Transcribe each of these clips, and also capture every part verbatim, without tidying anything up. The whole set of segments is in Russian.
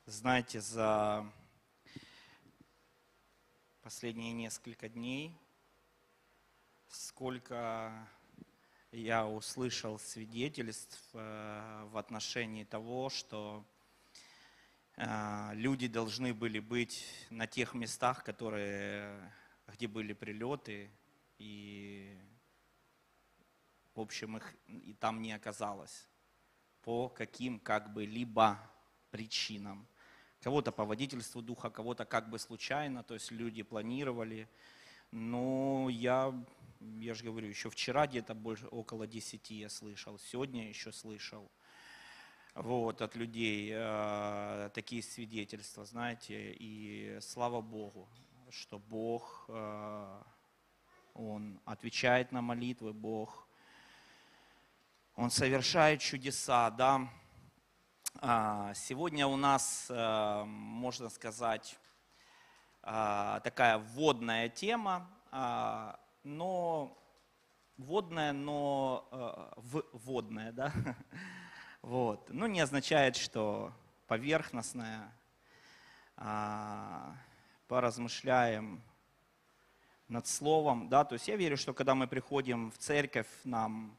Знаете, за последние несколько дней, сколько я услышал свидетельств э, в отношении того, что э, люди должны были быть на тех местах, которые, где были прилеты, и, в общем, их и там не оказалось по каким как бы либо причинам. Кого-то по водительству духа, кого-то как бы случайно, то есть люди планировали. Но я, я же говорю, еще вчера где-то больше, около десяти я слышал, сегодня еще слышал вот, от людей э, такие свидетельства, знаете, и слава Богу, что Бог, э, Он отвечает на молитвы, Бог, Он совершает чудеса, да. Сегодня у нас, можно сказать, такая вводная тема, но вводная, но вводная, да, вот. Ну, не означает, что поверхностная. Поразмышляем над словом, да, то есть я верю, что когда мы приходим в церковь, нам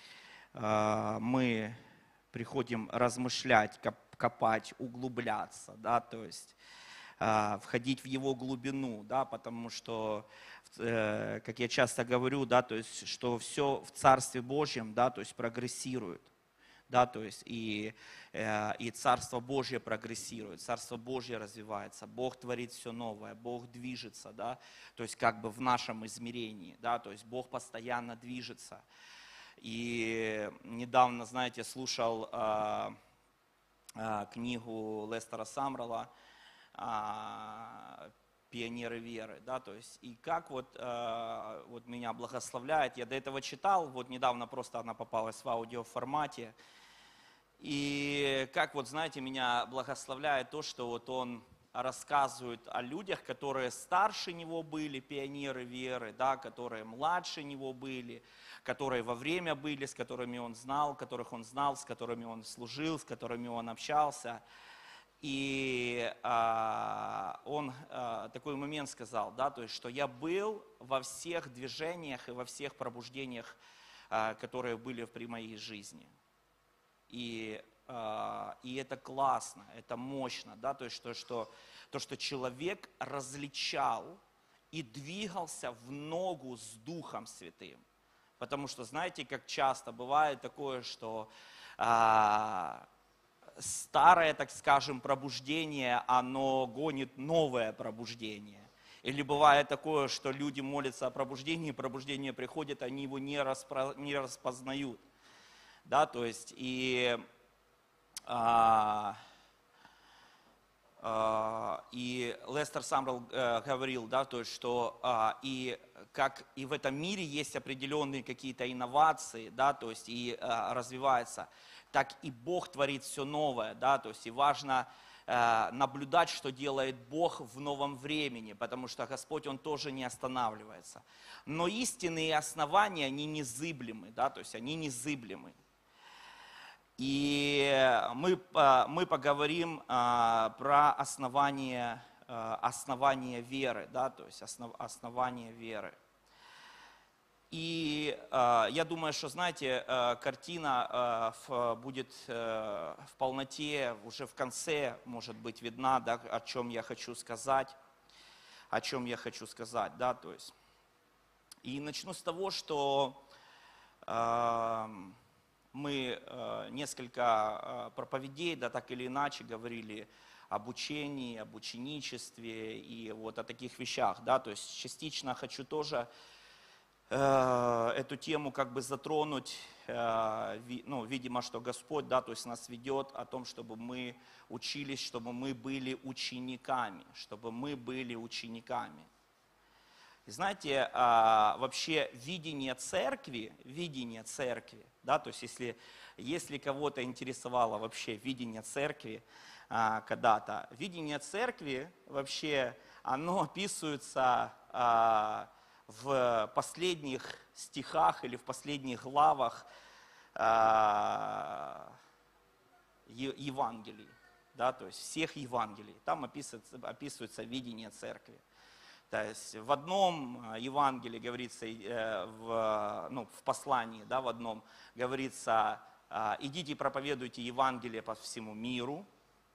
мы приходим размышлять, копать, углубляться, да, то есть э, входить в его глубину, да, потому что, э, как я часто говорю, да, то есть, что все в Царстве Божьем, да, то есть прогрессирует, да, то есть и, э, и Царство Божье прогрессирует, Царство Божье развивается, Бог творит все новое, Бог движется, да, то есть как бы в нашем измерении, да, то есть Бог постоянно движется. И недавно, знаете, слушал э, э, книгу Лестера Самрелла э, «Пионеры веры», да, то есть, и как вот, э, вот меня благословляет, я до этого читал, вот недавно просто она попалась в аудиоформате, и как вот, знаете, меня благословляет то, что вот он рассказывает о людях, которые старше него были, пионеры веры, да, которые младше него были, которые во время были, с которыми он знал, которых он знал, с которыми он служил, с которыми он общался. И а, он а, такой момент сказал, да, то есть, что я был во всех движениях и во всех пробуждениях, а, которые были при моей жизни. И, э, и это классно, это мощно, да, то есть то что, то, что человек различал и двигался в ногу с Духом Святым. Потому что, знаете, как часто бывает такое, что э, старое, так скажем, пробуждение, оно гонит новое пробуждение. Или бывает такое, что люди молятся о пробуждении, пробуждение приходит, они его не, распро, не распознают. Да, то есть и, а, а, и Лестер Самрелл а, говорил, да, то есть, что а, и как и в этом мире есть определенные какие-то инновации, да, то есть и а, развивается, так и Бог творит все новое, да, то есть и важно а, наблюдать, что делает Бог в новом времени, потому что Господь, Он тоже не останавливается. Но истинные основания, они незыблемы, да, то есть они незыблемы. И мы, мы поговорим а, про основание, а, основание веры, да, то есть основ, основание веры. И а, я думаю, что, знаете, а, картина а, в, будет а, в полноте, уже в конце, может быть, видна, да, о чем я хочу сказать, о чем я хочу сказать, да, то есть. И начну с того, что а, мы э, несколько э, проповедей, да, так или иначе говорили об учении, об ученичестве и вот о таких вещах, да, то есть частично хочу тоже э, эту тему как бы затронуть, э, ви, ну, видимо, что Господь, да, то есть нас ведет о том, чтобы мы учились, чтобы мы были учениками, чтобы мы были учениками. И знаете, вообще видение церкви, видение церкви, да, то есть если, если кого-то интересовало вообще видение церкви когда-то, видение церкви вообще, оно описывается в последних стихах или в последних главах Евангелий. да, то есть всех Евангелий. Там описывается, описывается видение церкви. То есть в одном Евангелии говорится, в, ну, в послании, да, в одном говорится, идите и проповедуйте Евангелие по всему миру.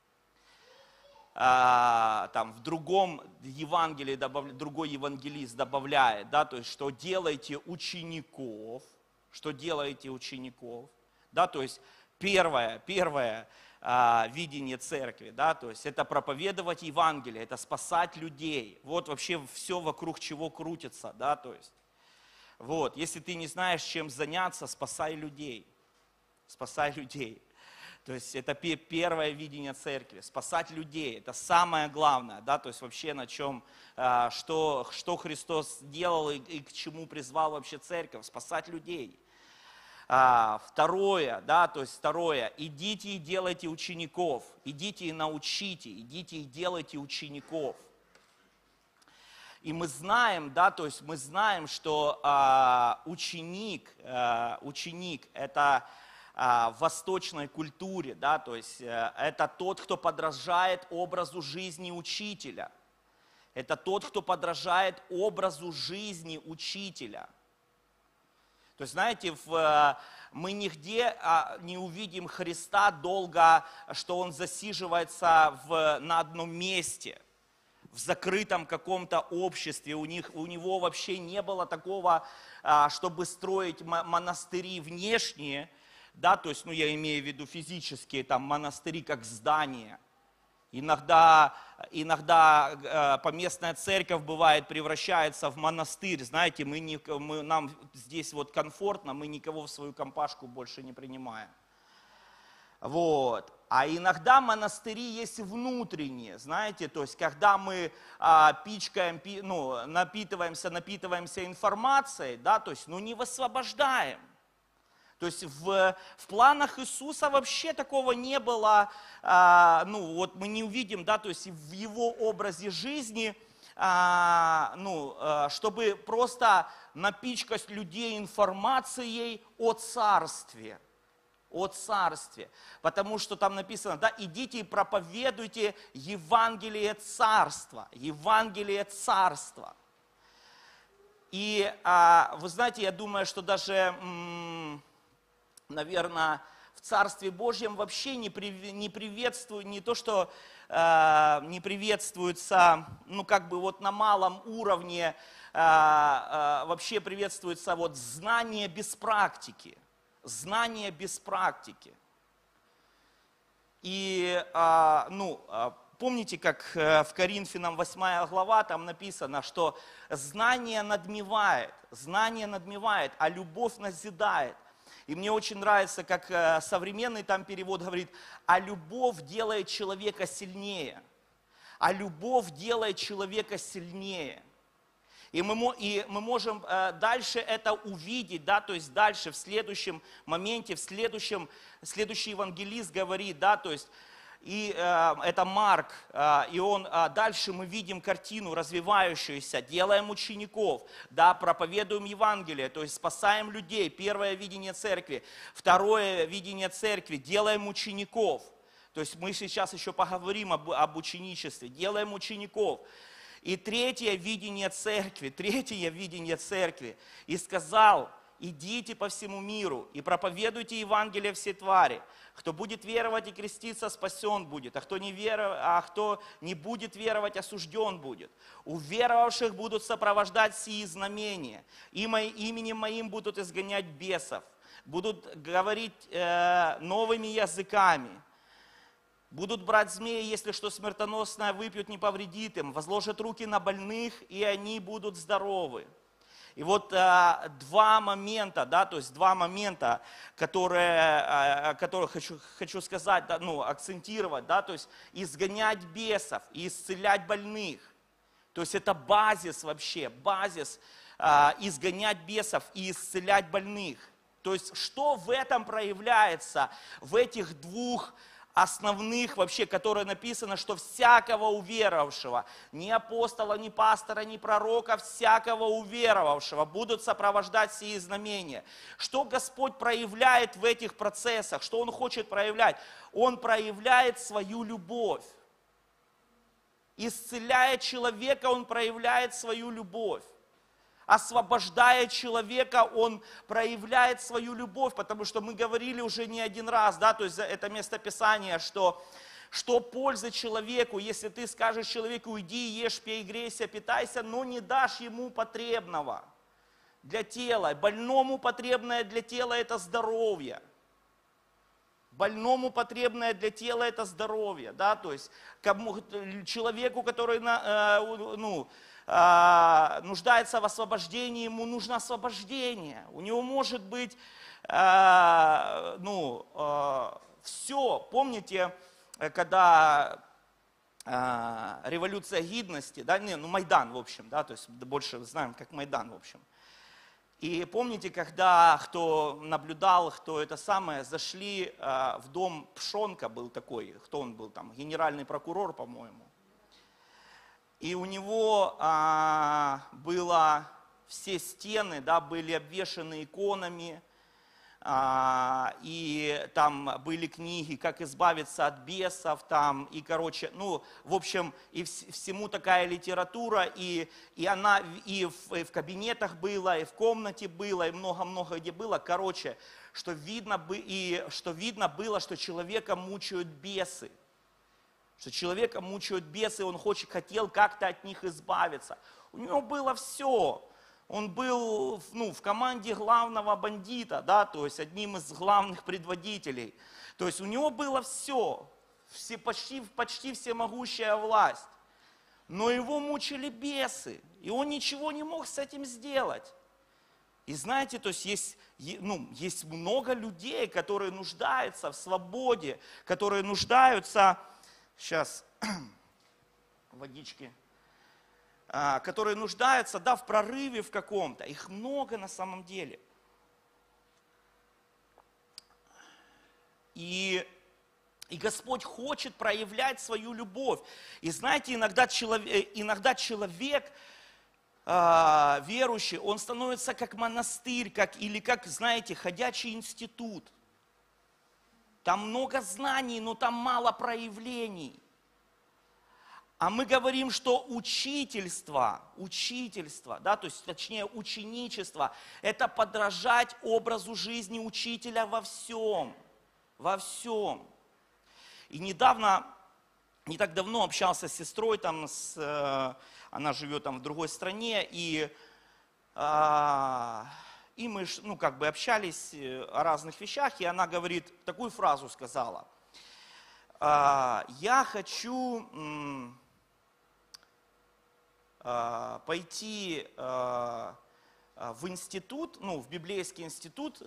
Там в другом Евангелии добав, другой евангелист добавляет, да, то есть, что делайте учеников, что делаете учеников, да, то есть первое, первое а, видение церкви, да, то есть это проповедовать Евангелие, это спасать людей, вот вообще все вокруг чего крутится, да, то есть, вот, если ты не знаешь, чем заняться, спасай людей, спасай людей. То есть это первое видение церкви, спасать людей, это самое главное, да, то есть вообще на чем, что, что Христос делал и, и к чему призвал вообще церковь, спасать людей. Второе, да, то есть второе, идите и делайте учеников, идите и научите, идите и делайте учеников. И мы знаем, да, то есть мы знаем, что а, ученик, а, ученик это в восточной культуре, да, то есть это тот, кто подражает образу жизни учителя. Это тот, кто подражает образу жизни учителя. То есть, знаете, в, мы нигде не увидим Христа долго, что Он засиживается в, на одном месте, в закрытом каком-то обществе. У, них, у Него вообще не было такого, чтобы строить монастыри внешние, да, то есть, ну, я имею в виду физические, там, монастыри как здания. Иногда, иногда э, поместная церковь бывает превращается в монастырь, знаете, мы не, мы, нам здесь вот комфортно, мы никого в свою компашку больше не принимаем. Вот. А иногда монастыри есть внутренние, знаете, то есть, когда мы а, пичкаем, пи, ну, напитываемся, напитываемся информацией, да, то есть, ну, не высвобождаем. То есть в, в планах Иисуса вообще такого не было, а, ну вот мы не увидим, да, то есть в Его образе жизни, а, ну, а, чтобы просто напичкать людей информацией о Царстве, о Царстве. Потому что там написано, да, идите и проповедуйте Евангелие Царства, Евангелие Царства. И а, вы знаете, я думаю, что даже... М- наверное, в Царстве Божьем вообще не, при, не приветствует, не то, что э, не приветствуется, ну, как бы вот на малом уровне, э, э, вообще приветствуется вот знание без практики. Знание без практики. И, э, ну, помните, как в Коринфянам восьмая глава, там написано, что знание надмевает, знание надмевает, а любовь назидает. И мне очень нравится, как современный там перевод говорит, а любовь делает человека сильнее. А любовь делает человека сильнее. И мы, и мы можем дальше это увидеть, да, то есть дальше в следующем моменте, в следующем, следующий евангелист говорит, да, то есть, и э, это Марк, э, и он, э, дальше мы видим картину развивающуюся, делаем учеников, да, проповедуем Евангелие, то есть спасаем людей, первое видение церкви, второе видение церкви, делаем учеников, то есть мы сейчас еще поговорим об, об ученичестве, делаем учеников. И третье видение церкви, третье видение церкви, и сказал, идите по всему миру и проповедуйте Евангелие все твари. Кто будет веровать и креститься, спасен будет, а кто не, веров... а кто не будет веровать, осужден будет. У веровавших будут сопровождать сии знамения, и именем моим будут изгонять бесов, будут говорить э, новыми языками, будут брать змеи, если что смертоносное выпьют, не повредит им, возложат руки на больных, и они будут здоровы. И вот а, два момента, да, то есть два момента, которые, а, которые хочу, хочу сказать, да, ну, акцентировать, да, то есть изгонять бесов и исцелять больных. То есть это базис вообще, базис а, изгонять бесов и исцелять больных. То есть что в этом проявляется, в этих двух основных вообще, которые написано, что всякого уверовавшего, ни апостола, ни пастора, ни пророка, всякого уверовавшего будут сопровождать сии знамения. Что Господь проявляет в этих процессах? Что Он хочет проявлять? Он проявляет свою любовь. Исцеляя человека, Он проявляет свою любовь. Освобождая человека, Он проявляет свою любовь, потому что мы говорили уже не один раз, да, то есть это местописание, что, что польза человеку, если ты скажешь человеку, иди, ешь, пей, грейся, питайся, но не дашь ему потребного для тела. Больному потребное для тела – это здоровье. Больному потребное для тела – это здоровье, да, то есть кому, человеку, который, ну, нуждается в освобождении, ему нужно освобождение. У него может быть, ну, все. Помните, когда революция гидности, да, не, ну, Майдан, в общем, да, то есть больше знаем, как Майдан, в общем. И помните, когда кто наблюдал, кто это самое, зашли в дом Пшонка, был такой, кто он был там, генеральный прокурор, по-моему. И у него а, было все стены, да, были обвешаны иконами, а, и там были книги, как избавиться от бесов, там, и, короче, ну, в общем, и вс- всему такая литература, и, и она и в, и в кабинетах была, и в комнате было, и много-много где было, короче, что видно, бы, и, что видно было, что человека мучают бесы. Что человека мучают бесы, он хочет, хотел как-то от них избавиться. У него было все. Он был, ну, в команде главного бандита, да, то есть одним из главных предводителей. То есть у него было все, все почти, почти всемогущая власть. Но его мучили бесы, и он ничего не мог с этим сделать. И знаете, то есть есть, ну, есть много людей, которые нуждаются в свободе, которые нуждаются... Сейчас, водички, а, которые нуждаются, да, в прорыве в каком-то. Их много на самом деле. И, и Господь хочет проявлять свою любовь. И знаете, иногда человек, иногда человек а, верующий, он становится как монастырь, как, или как, знаете, ходячий институт. Там много знаний, но там мало проявлений. А мы говорим, что учительство, учительство, да, то есть точнее ученичество, это подражать образу жизни учителя во всем, во всем. И недавно, не так давно общался с сестрой, там, с, э, она живет там в другой стране, и... Э, И мы, ну, как бы общались о разных вещах, и она говорит, такую фразу сказала. Я хочу пойти в институт, ну, в библейский институт,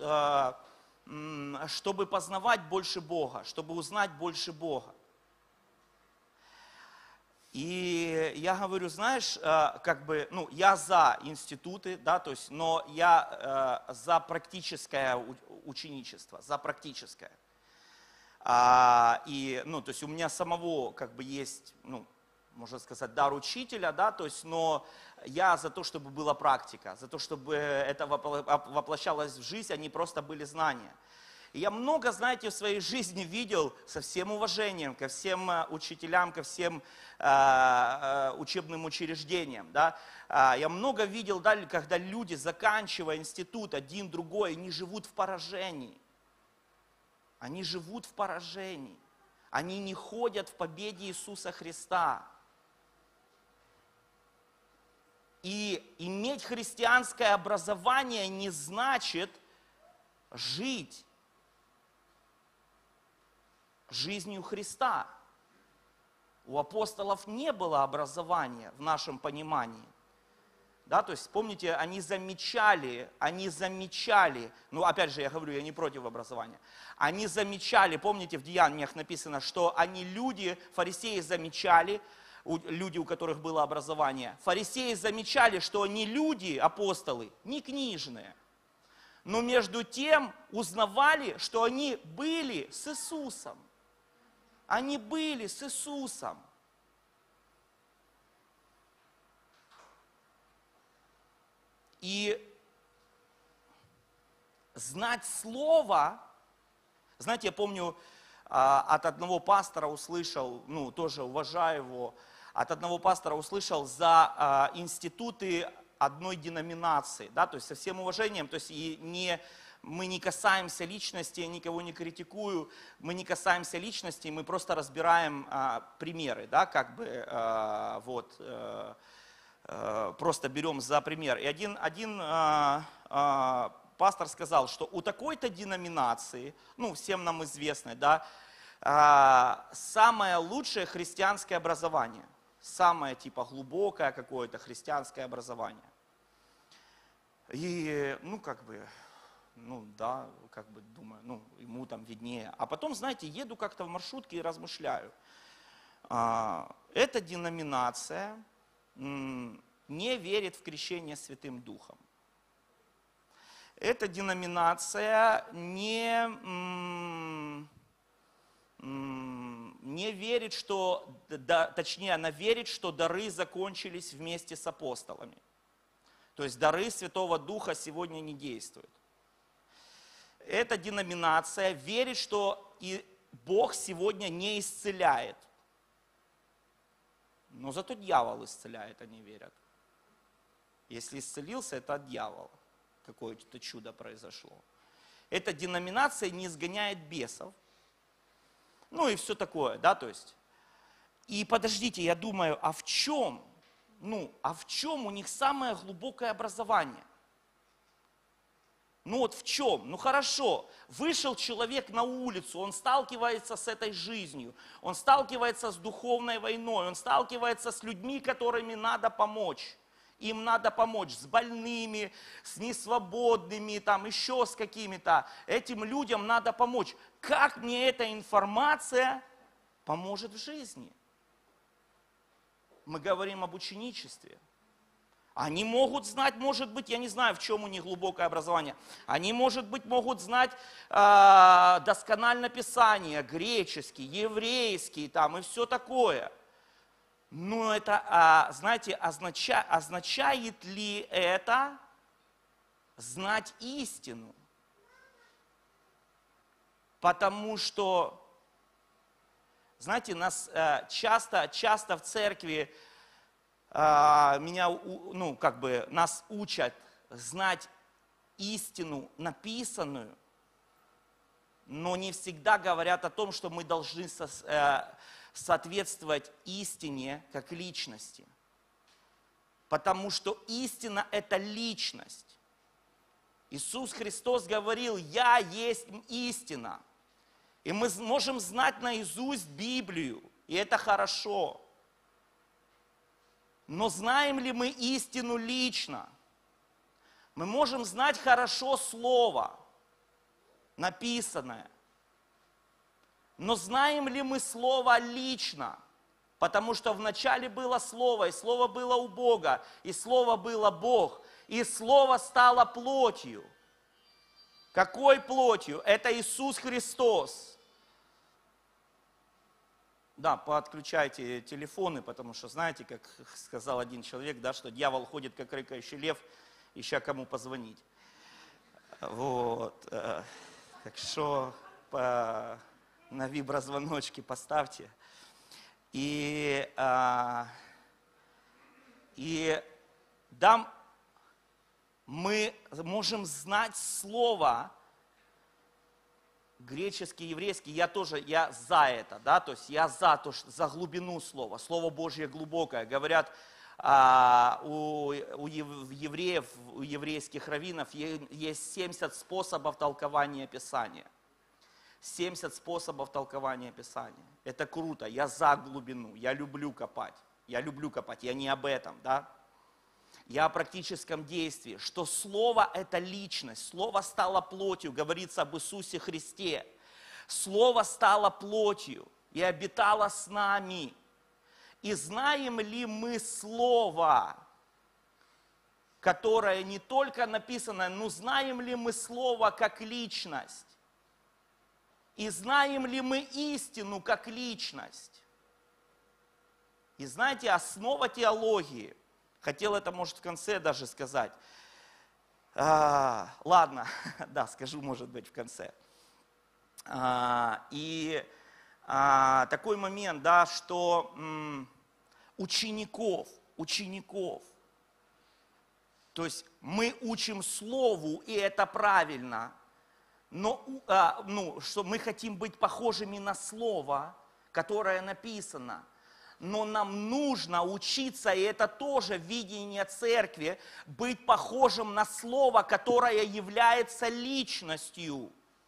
чтобы познавать больше Бога, чтобы узнать больше Бога. И я говорю, знаешь, как бы, ну, я за институты, да, то есть, но я за практическое ученичество, за практическое. И, ну, то есть у меня самого, как бы, есть, ну, можно сказать, дар учителя, да, то есть, но я за то, чтобы была практика, за то, чтобы это воплощалось в жизнь, а не просто были знания. И я много, знаете, в своей жизни видел, со всем уважением ко всем учителям, ко всем э, э, учебным учреждениям. Да? Я много видел, да, когда люди, заканчивая институт, один, другой, они живут в поражении. Они живут в поражении. Они не ходят в победе Иисуса Христа. И иметь христианское образование не значит жить жизнью Христа. У апостолов не было образования в нашем понимании. Да, то есть, помните, они замечали, они замечали, ну, опять же, я говорю, я не против образования. Они замечали, помните, в Деяниях написано, что они люди, фарисеи замечали, люди, у которых было образование, фарисеи замечали, что они люди, апостолы, не книжные. Но между тем узнавали, что они были с Иисусом. Они были с Иисусом. И знать Слово, знаете, я помню, от одного пастора услышал, ну, тоже уважаю его, от одного пастора услышал за институты одной деноминации, да, то есть со всем уважением, то есть и не, мы не касаемся личности, я никого не критикую, мы не касаемся личности, мы просто разбираем а, примеры, да, как бы, а, вот, а, а, просто берем за пример. И один, один а, а, пастор сказал, что у такой-то деноминации, ну, всем нам известной, да, а, самое лучшее христианское образование. Самое типа глубокое какое-то христианское образование. И, ну, как бы, ну, да, как бы, думаю, ну, ему там виднее. А потом, знаете, еду как-то в маршрутке и размышляю. А, эта деноминация м, не верит в крещение Святым Духом. Эта деноминация не... М, не верит, что, да, точнее, она верит, что дары закончились вместе с апостолами. То есть дары Святого Духа сегодня не действуют. Эта деноминация верит, что и Бог сегодня не исцеляет. Но зато дьявол исцеляет, они верят. Если исцелился, это от дьявола. Какое-то чудо произошло. Эта деноминация не изгоняет бесов. Ну и все такое, да, то есть. И подождите, я думаю, а в чем, ну, а в чем у них самое глубокое образование? Ну вот в чем? Ну хорошо, вышел человек на улицу, он сталкивается с этой жизнью, он сталкивается с духовной войной, он сталкивается с людьми, которыми надо помочь. Им надо помочь с больными, с несвободными, там еще с какими-то. Этим людям надо помочь. Как мне эта информация поможет в жизни? Мы говорим об ученичестве. Они могут знать, может быть, я не знаю, в чем у них глубокое образование. Они, может быть, могут знать э, досконально Писание, греческий, еврейский там и все такое. Но это, знаете, означает, означает ли это знать истину? Потому что, знаете, нас часто, часто в церкви меня, ну, как бы, нас учат знать истину написанную, но не всегда говорят о том, что мы должны соответствовать истине как личности. Потому что истина – это личность. Иисус Христос говорил: «Я есть истина». И мы можем знать наизусть Библию, и это хорошо. Но знаем ли мы истину лично? Мы можем знать хорошо Слово, написанное. Но знаем ли мы Слово лично? Потому что вначале было Слово, и Слово было у Бога, и Слово было Бог, и Слово стало плотью. Какой плотью? Это Иисус Христос. Да, подключайте телефоны, потому что, знаете, как сказал один человек, да, что дьявол ходит, как рыкающий лев, ища кому позвонить. Вот. Так что по... на виброзвоночки поставьте. И, а, и да, мы можем знать слово греческий, еврейский. Я тоже, я за это, да, то есть я за, то, за глубину слова. Слово Божье глубокое. Говорят, а, у, у евреев, у еврейских раввинов есть семьдесят способов толкования Писания. семьдесят способов толкования Писания. Это круто, я за глубину, я люблю копать. Я люблю копать, я не об этом, да? Я о практическом действии, что Слово – это личность. Слово стало плотью, говорится об Иисусе Христе. Слово стало плотью и обитало с нами. И знаем ли мы Слово, которое не только написано, но знаем ли мы Слово как личность? И знаем ли мы истину как личность? И знаете, основа теологии, хотел это, может, в конце даже сказать. А, ладно, да, скажу, может быть, в конце. А, и а, такой момент, да, что м, учеников, учеников, то есть мы учим Слову, и это правильно, но а, ну, что мы хотим быть похожими на Слово, которое написано. Но нам нужно учиться, и это тоже видение церкви, быть похожим на Слово, которое является личностью.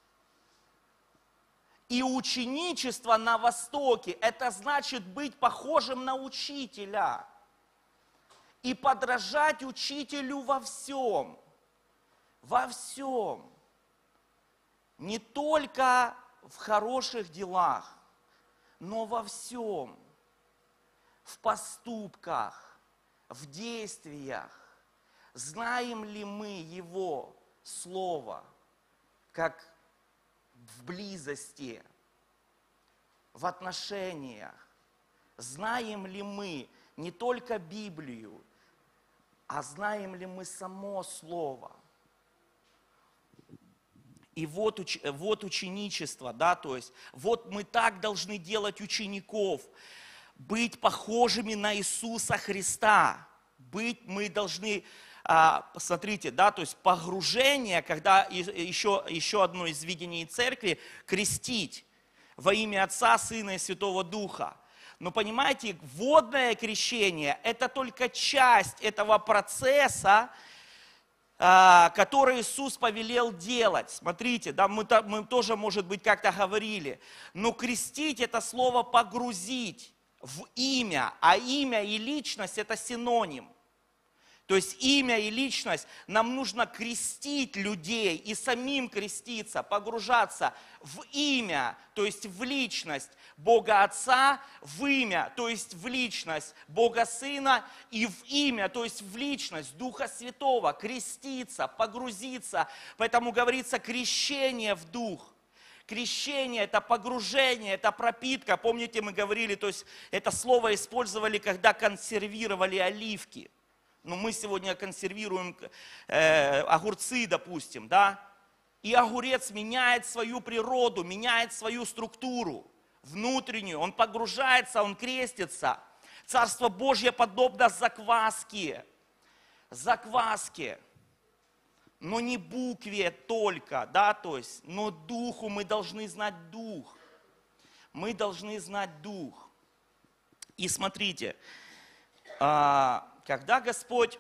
И ученичество на Востоке, это значит быть похожим на учителя. И подражать учителю во всем. Во всем. Не только в хороших делах, но во всем. В поступках, в действиях. Знаем ли мы Его Слово, как в близости, в отношениях? Знаем ли мы не только Библию, а знаем ли мы само Слово? И вот, уч, вот ученичество, да, то есть вот мы так должны делать учеников, быть похожими на Иисуса Христа. Быть мы должны, а, смотрите, да, то есть погружение, когда еще, еще одно из видений церкви, крестить во имя Отца, Сына и Святого Духа. Но понимаете, водное крещение – это только часть этого процесса, который Иисус повелел делать. Смотрите, да, мы, мы тоже, может быть, как-то говорили, но крестить – это слово «погрузить» в имя, а имя и личность – это синоним. То есть имя и личность, нам нужно крестить людей и самим креститься, погружаться в имя, то есть в личность Бога Отца, в имя, то есть в личность Бога Сына, и в имя, то есть в личность Духа Святого, креститься, погрузиться. Поэтому говорится крещение в Дух. Крещение – это погружение, это пропитка. Помните, мы говорили, то есть это слово использовали, когда консервировали оливки. Ну, мы сегодня консервируем э, огурцы, допустим, да? И огурец меняет свою природу, меняет свою структуру внутреннюю. Он погружается, он крестится. Царство Божье подобно закваске. Закваске. Но не букве только, да, то есть, но духу мы должны знать дух. Мы должны знать дух. И смотрите, а, когда Господь,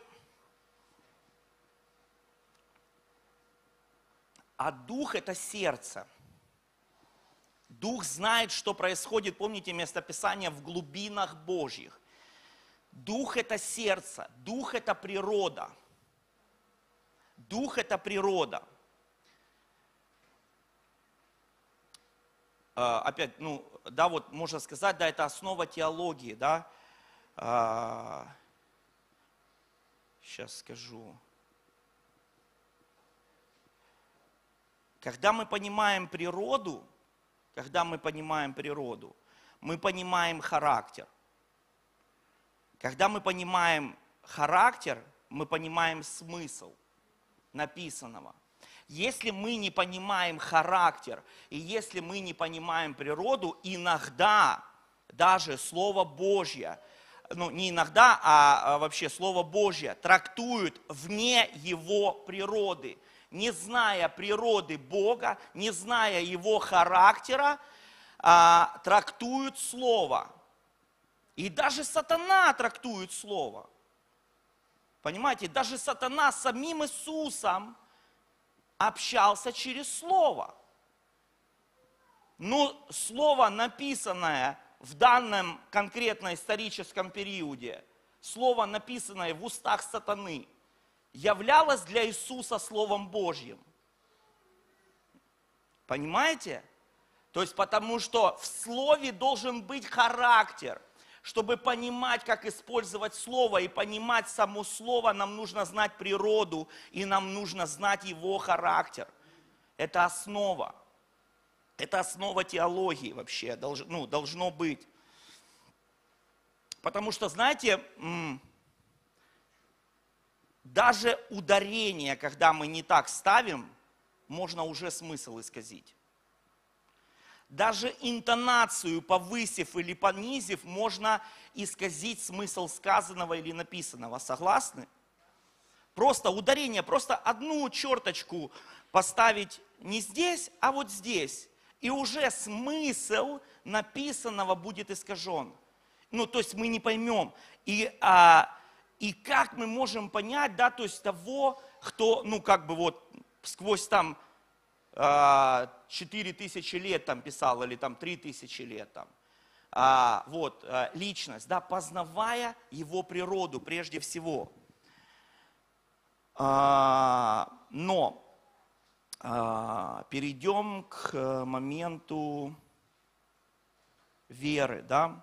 а дух это сердце. Дух знает, что происходит, помните местописание, в глубинах Божьих. Дух это сердце, дух это природа. Дух это природа. А, опять, ну, да, вот можно сказать, да, это основа теологии, да. А, Сейчас скажу. Когда мы понимаем природу, когда мы понимаем природу, мы понимаем характер. Когда мы понимаем характер, мы понимаем смысл написанного. Если мы не понимаем характер, и если мы не понимаем природу, иногда даже Слово Божье, ну не иногда, а вообще Слово Божье трактуют вне его природы. Не зная природы Бога, не зная его характера, а, трактуют Слово. И даже сатана трактует Слово. Понимаете, даже сатана с самим Иисусом общался через Слово. Но Слово, написанное в данном конкретно историческом периоде, слово, написанное в устах сатаны, являлось для Иисуса Словом Божьим. Понимаете? То есть потому что в слове должен быть характер. Чтобы понимать, как использовать слово и понимать само слово, нам нужно знать природу и нам нужно знать его характер. Это основа. Это основа теологии вообще, долж, ну, должно быть. Потому что, знаете, даже ударение, когда мы не так ставим, можно уже смысл исказить. Даже интонацию, повысив или понизив, можно исказить смысл сказанного или написанного. Согласны? Просто ударение, просто одну черточку поставить не здесь, а вот здесь. И уже смысл написанного будет искажен. Ну, то есть мы не поймем. И, а, и как мы можем понять, да, то есть того, кто, ну, как бы вот сквозь там четыре тысячи лет там писал, или там три тысячи лет там. А, вот, личность, да, познавая его природу прежде всего. А, но а, перейдем к моменту веры, да.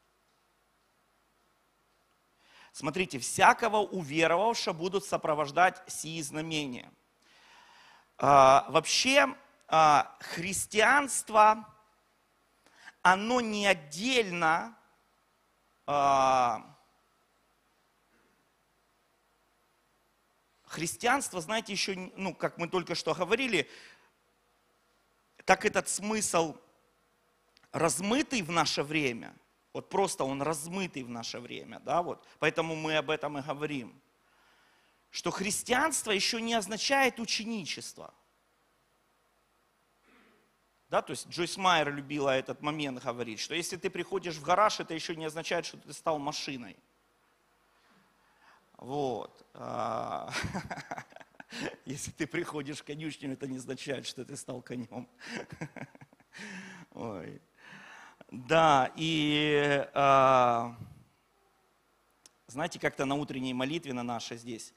Смотрите, всякого уверовавшего будут сопровождать сии знамения. А, вообще, а, христианство, оно не отдельно а, христианство, знаете, еще, ну, как мы только что говорили, так этот смысл размытый в наше время, вот просто он размытый в наше время, да, вот, поэтому мы об этом и говорим. Что христианство еще не означает ученичество. Да, то есть Джойс Майер любила этот момент говорить, что если ты приходишь в гараж, это еще не означает, что ты стал машиной. Вот. Если ты приходишь в конюшню, это не означает, что ты стал конем. Ой. Да, и знаете, как-то на утренней молитве на нашей здесь,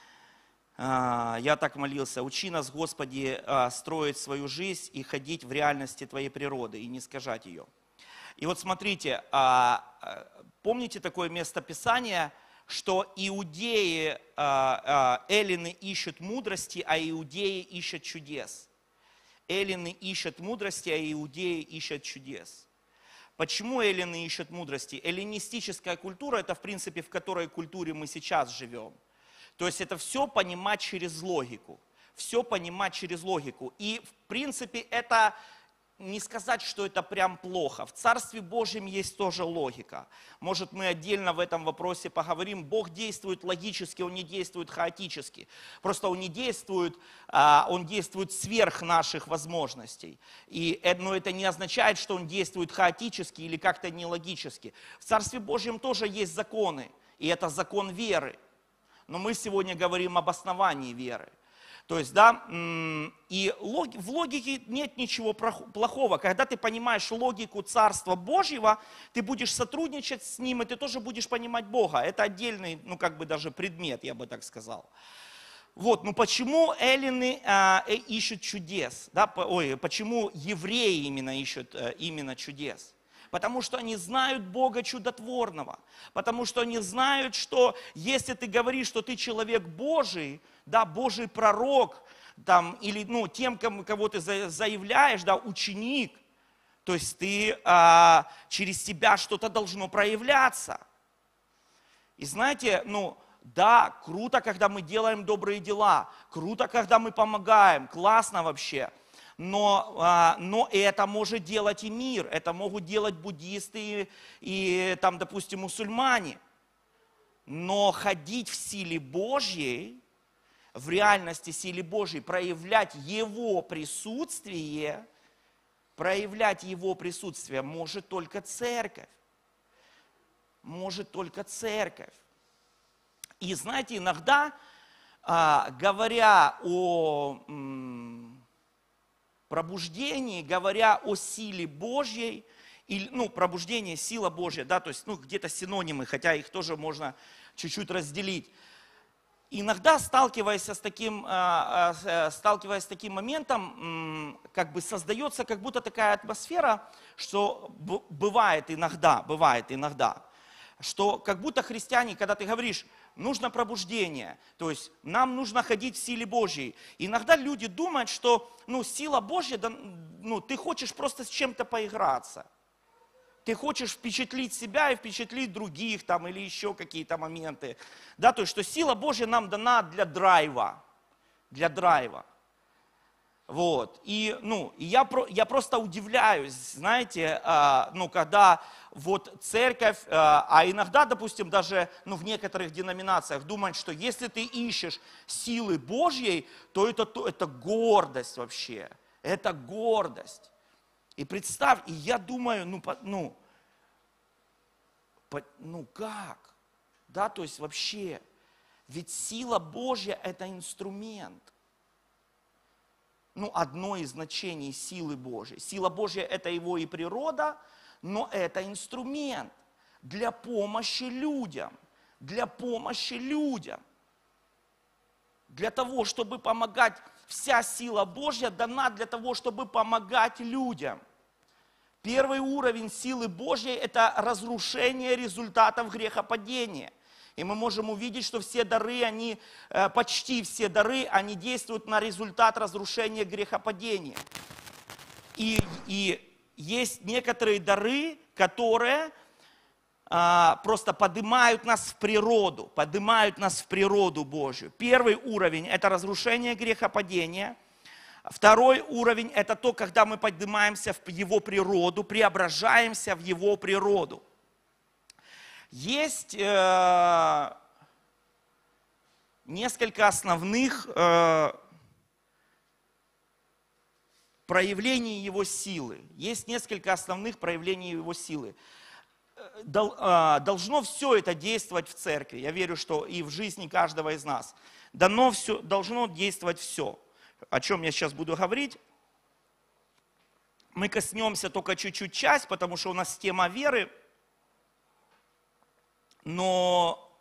я так молился: учи нас, Господи, строить свою жизнь и ходить в реальности Твоей природы и не искажать ее. И вот смотрите, помните такое местописание, что иудеи, эллины ищут мудрости, а иудеи ищут чудес. Эллины ищут мудрости, а иудеи ищут чудес. Почему эллины ищут мудрости? Эллинистическая культура – это, в принципе, в которой культуре мы сейчас живем. То есть это все понимать через логику. Все понимать через логику. И, в принципе, это не сказать, что это прям плохо. В Царстве Божьем есть тоже логика. Может, мы отдельно в этом вопросе поговорим. Бог действует логически, Он не действует хаотически. Просто Он не действует, Он действует сверх наших возможностей. И, но это не означает, что Он действует хаотически или как-то нелогически. В Царстве Божьем тоже есть законы. И это закон веры. Но мы сегодня говорим об основании веры. То есть, да, и в логике нет ничего плохого. Когда ты понимаешь логику Царства Божьего, ты будешь сотрудничать с Ним, и ты тоже будешь понимать Бога. Это отдельный, ну, как бы даже предмет, я бы так сказал. Вот, ну почему эллины а, ищут чудес? Да? Ой, почему евреи именно ищут а, именно чудес? Потому что они знают Бога чудотворного. Потому что они знают, что если ты говоришь, что ты человек Божий, да, Божий пророк, там, или ну, тем, кого ты заявляешь, да, ученик, то есть ты, а, через тебя что-то должно проявляться. И знаете, ну, да, круто, когда мы делаем добрые дела, круто, когда мы помогаем, классно вообще. Но, но это может делать и мир, это могут делать буддисты и, и там, допустим, мусульмане. Но ходить в силе Божьей, в реальности силе Божьей, проявлять Его присутствие, проявлять Его присутствие может только церковь. Может только церковь. И знаете, иногда, говоря о пробуждении, говоря о силе Божьей, или, ну, пробуждение, сила Божья, да, то есть, ну, где-то синонимы, хотя их тоже можно чуть-чуть разделить. Иногда, сталкиваясь с таким, сталкиваясь с таким моментом, как бы создается как будто такая атмосфера, что бывает иногда, бывает иногда, что как будто христиане, когда ты говоришь, нужно пробуждение, то есть нам нужно ходить в силе Божьей. Иногда люди думают, что ну, сила Божья, да, ну, ты хочешь просто с чем-то поиграться. Ты хочешь впечатлить себя и впечатлить других там, или еще какие-то моменты. Да, то есть, что сила Божья нам дана для драйва. Для драйва. Вот. И, ну, и я, я просто удивляюсь, знаете, э, ну, когда вот церковь, э, а иногда, допустим, даже ну, в некоторых деноминациях думают, что если ты ищешь силы Божьей, то это, то это гордость вообще. Это гордость. И представь, и я думаю, ну, по, ну, по, ну как? Да, то есть вообще, ведь сила Божья это инструмент. Ну, одно из значений силы Божьей. Сила Божья это его и природа, но это инструмент для помощи людям. Для помощи людям. Для того, чтобы помогать. Вся сила Божья дана для того, чтобы помогать людям. Первый уровень силы Божьей – это разрушение результатов грехопадения. И мы можем увидеть, что все дары, они, почти все дары, они действуют на результат разрушения грехопадения. И, и есть некоторые дары, которые а, просто поднимают нас в природу, поднимают нас в природу Божью. Первый уровень – это разрушение грехопадения. Второй уровень – это то, когда мы поднимаемся в Его природу, преображаемся в Его природу. Есть э, несколько основных э, проявлений Его силы. Есть несколько основных проявлений Его силы. Дол, э, должно все это действовать в церкви. Я верю, что и в жизни каждого из нас. Дано все, должно действовать все. О чем я сейчас буду говорить. Мы коснемся только чуть-чуть часть, потому что у нас тема веры. Но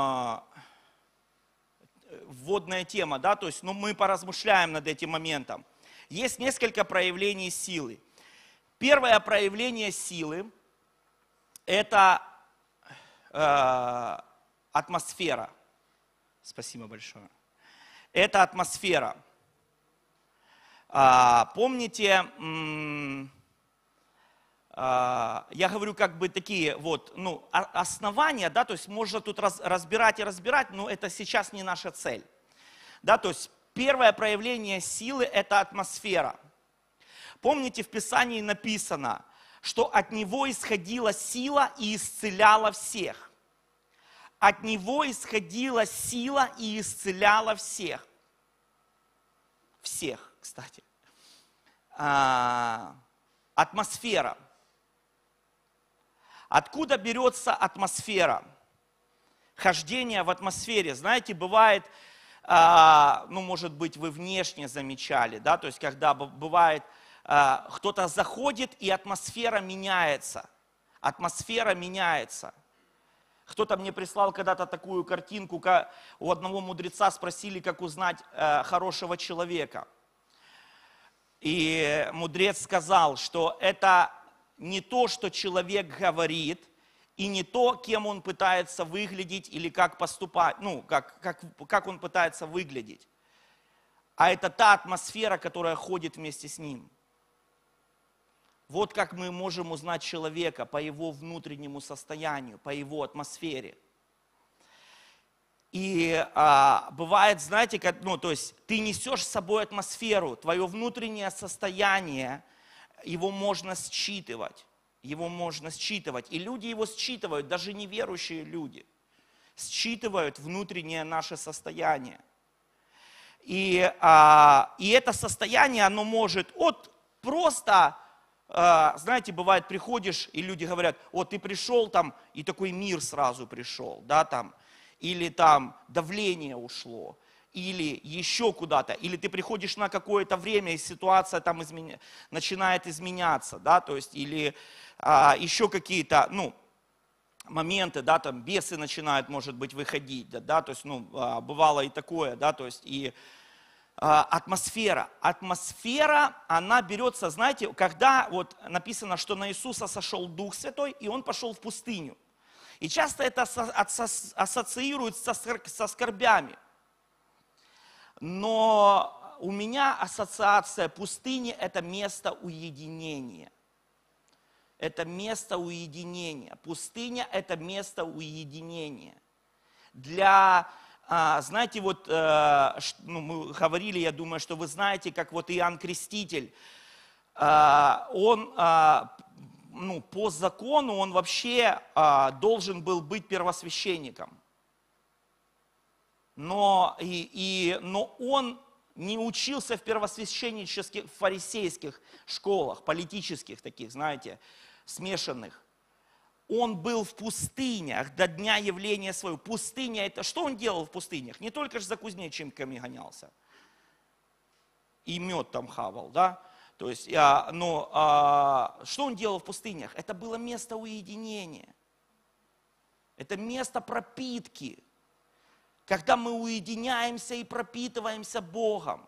э, вводная тема, да, то есть ну, мы поразмышляем над этим моментом. Есть несколько проявлений силы. Первое проявление силы – это э, атмосфера. Спасибо большое. Это атмосфера. А, помните, м- я говорю как бы такие вот, ну, основания, да, то есть можно тут раз, разбирать и разбирать, но это сейчас не наша цель. Да, то есть первое проявление силы – это атмосфера. Помните, в Писании написано, что от Него исходила сила и исцеляла всех. От Него исходила сила и исцеляла всех. Всех, кстати. А, атмосфера. Откуда берется атмосфера? Хождение в атмосфере. Знаете, бывает, а, ну, может быть, вы внешне замечали, да, то есть, когда бывает, а, кто-то заходит, и атмосфера меняется. Атмосфера меняется. Кто-то мне прислал когда-то такую картинку, как у одного мудреца спросили, как узнать а, хорошего человека. И мудрец сказал, что это не то, что человек говорит, и не то, кем он пытается выглядеть или как поступать, ну, как, как, как он пытается выглядеть. А это та атмосфера, которая ходит вместе с ним. Вот как мы можем узнать человека по его внутреннему состоянию, по его атмосфере. И а, бывает, знаете, как, ну, то есть ты несешь с собой атмосферу, твое внутреннее состояние, его можно считывать, его можно считывать. И люди его считывают, даже неверующие люди, считывают внутреннее наше состояние. И, а, и это состояние, оно может от просто, а, знаете, бывает, приходишь, и люди говорят, вот ты пришел там, и такой мир сразу пришел, да, там, или там давление ушло, или еще куда-то, или ты приходишь на какое-то время, и ситуация там изменя... начинает изменяться, да, то есть, или а, еще какие-то, ну, моменты, да, там бесы начинают, может быть, выходить, да, да то есть, ну, а, бывало и такое, да, то есть, и а, атмосфера, атмосфера, она берется, знаете, когда вот написано, что на Иисуса сошел Дух Святой, и Он пошел в пустыню. И часто это ассоциируется со скорбями. Но у меня ассоциация пустыни – это место уединения. Это место уединения. Пустыня – это место уединения. Для, знаете, вот, ну, мы говорили, я думаю, что вы знаете, как вот Иоанн Креститель, он, ну, по закону, он вообще должен был быть первосвященником. Но, и, и, но он не учился в первосвященнических, фарисейских школах, политических таких, знаете, смешанных. Он был в пустынях до дня явления своего. Пустыня это, что он делал в пустынях? Не только же за кузнечиками гонялся. И мед там хавал, да? То есть, а, но а, что он делал в пустынях? Это было место уединения. Это место пропитки. Когда мы уединяемся и пропитываемся Богом.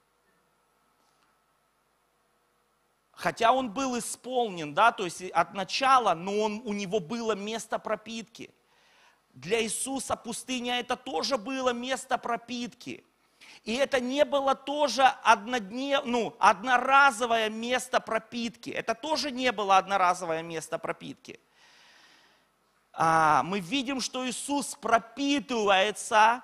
Хотя он был исполнен, да, то есть от начала, но он, у него было место пропитки. Для Иисуса пустыня это тоже было место пропитки. И это не было тоже одноднев, ну, одноразовое место пропитки. Это тоже не было одноразовое место пропитки. А, мы видим, что Иисус пропитывается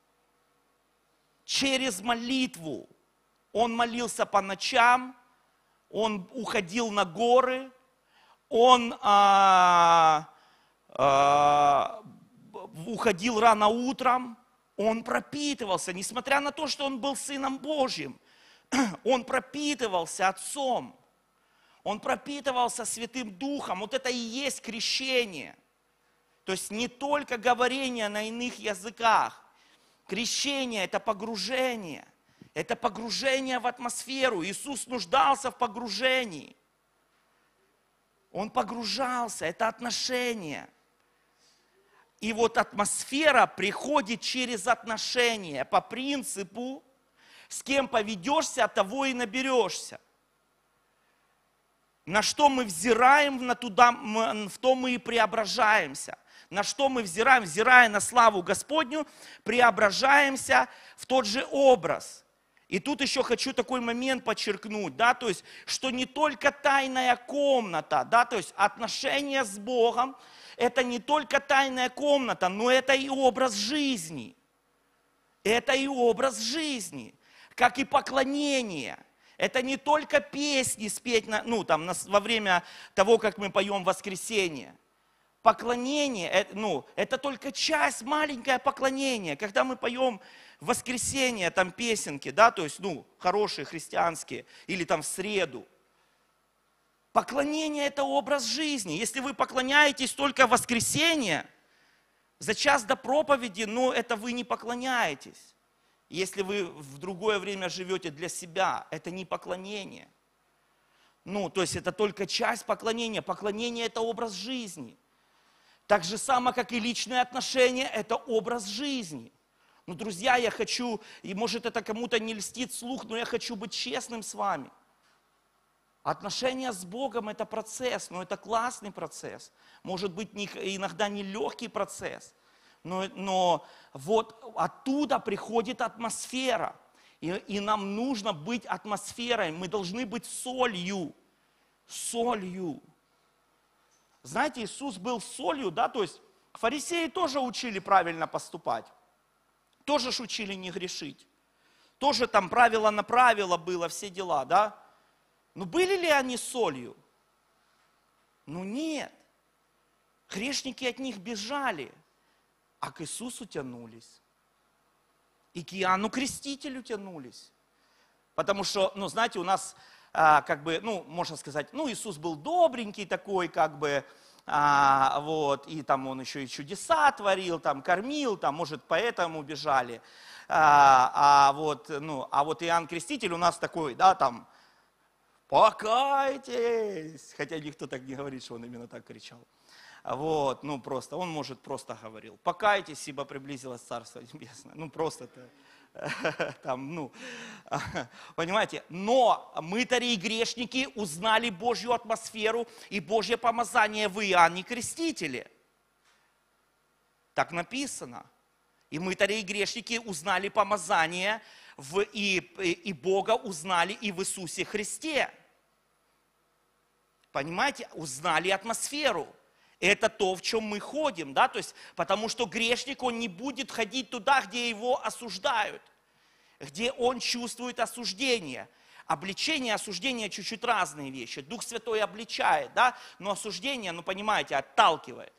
через молитву. Он молился по ночам. Он уходил на горы, он а, а, уходил рано утром, он пропитывался, несмотря на то, что он был Сыном Божьим, он пропитывался Отцом, он пропитывался Святым Духом, вот это и есть крещение. То есть не только говорение на иных языках, крещение – это погружение. Это погружение в атмосферу. Иисус нуждался в погружении. Он погружался, это отношение. И вот атмосфера приходит через отношения по принципу, с кем поведешься, от того и наберешься. На что мы взираем, на туда, в то мы и преображаемся. На что мы взираем, взирая на славу Господню, преображаемся в тот же образ. И тут еще хочу такой момент подчеркнуть, да, то есть, что не только тайная комната, да, то есть отношения с Богом, это не только тайная комната, но это и образ жизни. Это и образ жизни, как и поклонение. Это не только песни спеть, на, ну, там, на, во время того, как мы поем воскресенье. Поклонение, ну, это только часть, маленькое поклонение. Когда мы поем в воскресенье, там песенки, да, то есть, ну, хорошие, христианские, или там в среду. Поклонение – это образ жизни. Если вы поклоняетесь только в воскресенье, за час до проповеди, ну, это вы не поклоняетесь. Если вы в другое время живете для себя, это не поклонение. Ну, то есть, это только часть поклонения. Поклонение – это образ жизни. Так же само, как и личные отношения, это образ жизни. Но, друзья, я хочу, и может это кому-то не льстит слух, но я хочу быть честным с вами. Отношения с Богом – это процесс, но это классный процесс. Может быть, не, иногда не легкий процесс, но, но вот оттуда приходит атмосфера. И, и нам нужно быть атмосферой, мы должны быть солью. Солью. Знаете, Иисус был солью, да, то есть фарисеи тоже учили правильно поступать. Тоже ж учили не грешить. Тоже там правило на правило было, все дела, да? Но были ли они солью? Ну нет. Грешники от них бежали, а к Иисусу тянулись. И к Иоанну Крестителю тянулись. Потому что, ну знаете, у нас а, как бы, ну можно сказать, ну Иисус был добренький такой, как бы, А, вот, и там он еще и чудеса творил, там кормил, там, может, поэтому бежали. А, а, вот, ну, а вот Иоанн Креститель у нас такой, да, там, покайтесь. Хотя никто так не говорит, что он именно так кричал. Вот, ну просто, он, может, просто говорил, покайтесь, ибо приблизилось Царство Небесное. Ну просто-то. Там, ну, понимаете, но мытари и грешники узнали Божью атмосферу и Божье помазание в Иоанне Крестителе. Так написано. И мытари и грешники узнали помазание, в, и, и Бога узнали и в Иисусе Христе. Понимаете? Узнали атмосферу. Это то, в чем мы ходим, да, то есть, потому что грешник, он не будет ходить туда, где его осуждают, где он чувствует осуждение. Обличение и осуждение чуть-чуть разные вещи. Дух Святой обличает, да, но осуждение, ну, понимаете, отталкивает.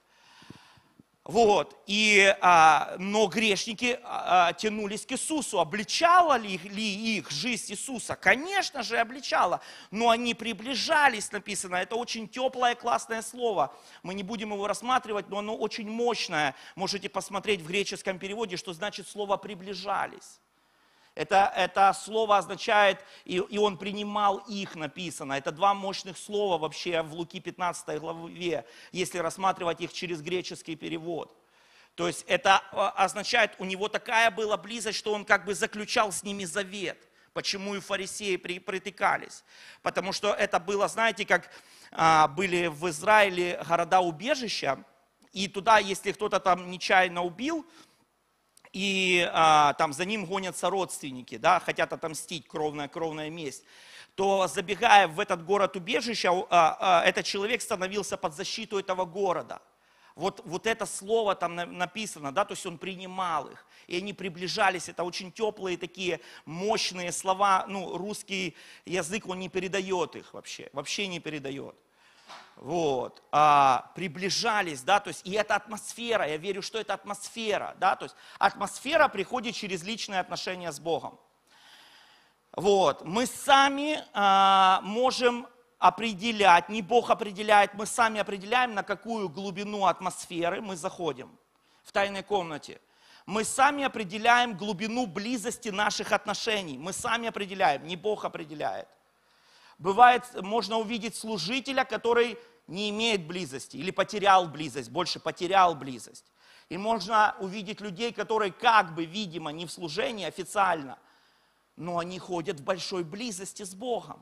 Вот, и, а, но грешники а, тянулись к Иисусу. Обличала ли, ли их жизнь Иисуса? Конечно же, обличала. Но они приближались, написано. Это очень теплое, классное слово. Мы не будем его рассматривать, но оно очень мощное. Можете посмотреть в греческом переводе, что значит слово «приближались». Это, это слово означает, и, и он принимал их, написано. Это два мощных слова вообще в Луки пятнадцатой главе, если рассматривать их через греческий перевод. То есть это означает, у него такая была близость, что он как бы заключал с ними завет. Почему и фарисеи притыкались? Потому что это было, знаете, как а, были в Израиле города-убежища, и туда, если кто-то там нечаянно убил, и а, там за ним гонятся родственники, да, хотят отомстить, кровная, кровная месть, то забегая в этот город-убежище, а, а, этот человек становился под защиту этого города. Вот, вот это слово там написано, да, то есть он принимал их, и они приближались, это очень теплые такие мощные слова, ну, русский язык, он не передает их вообще, вообще не передает. Вот, а, приближались, да, то есть, и это атмосфера, я верю, что это атмосфера, да, то есть, атмосфера приходит через личные отношения с Богом. Вот, мы сами а, можем определять, не Бог определяет, мы сами определяем, на какую глубину атмосферы мы заходим в тайной комнате. Мы сами определяем глубину близости наших отношений, мы сами определяем, не Бог определяет. Бывает, можно увидеть служителя, который не имеет близости или потерял близость, больше потерял близость. И можно увидеть людей, которые как бы, видимо, не в служении официально, но они ходят в большой близости с Богом.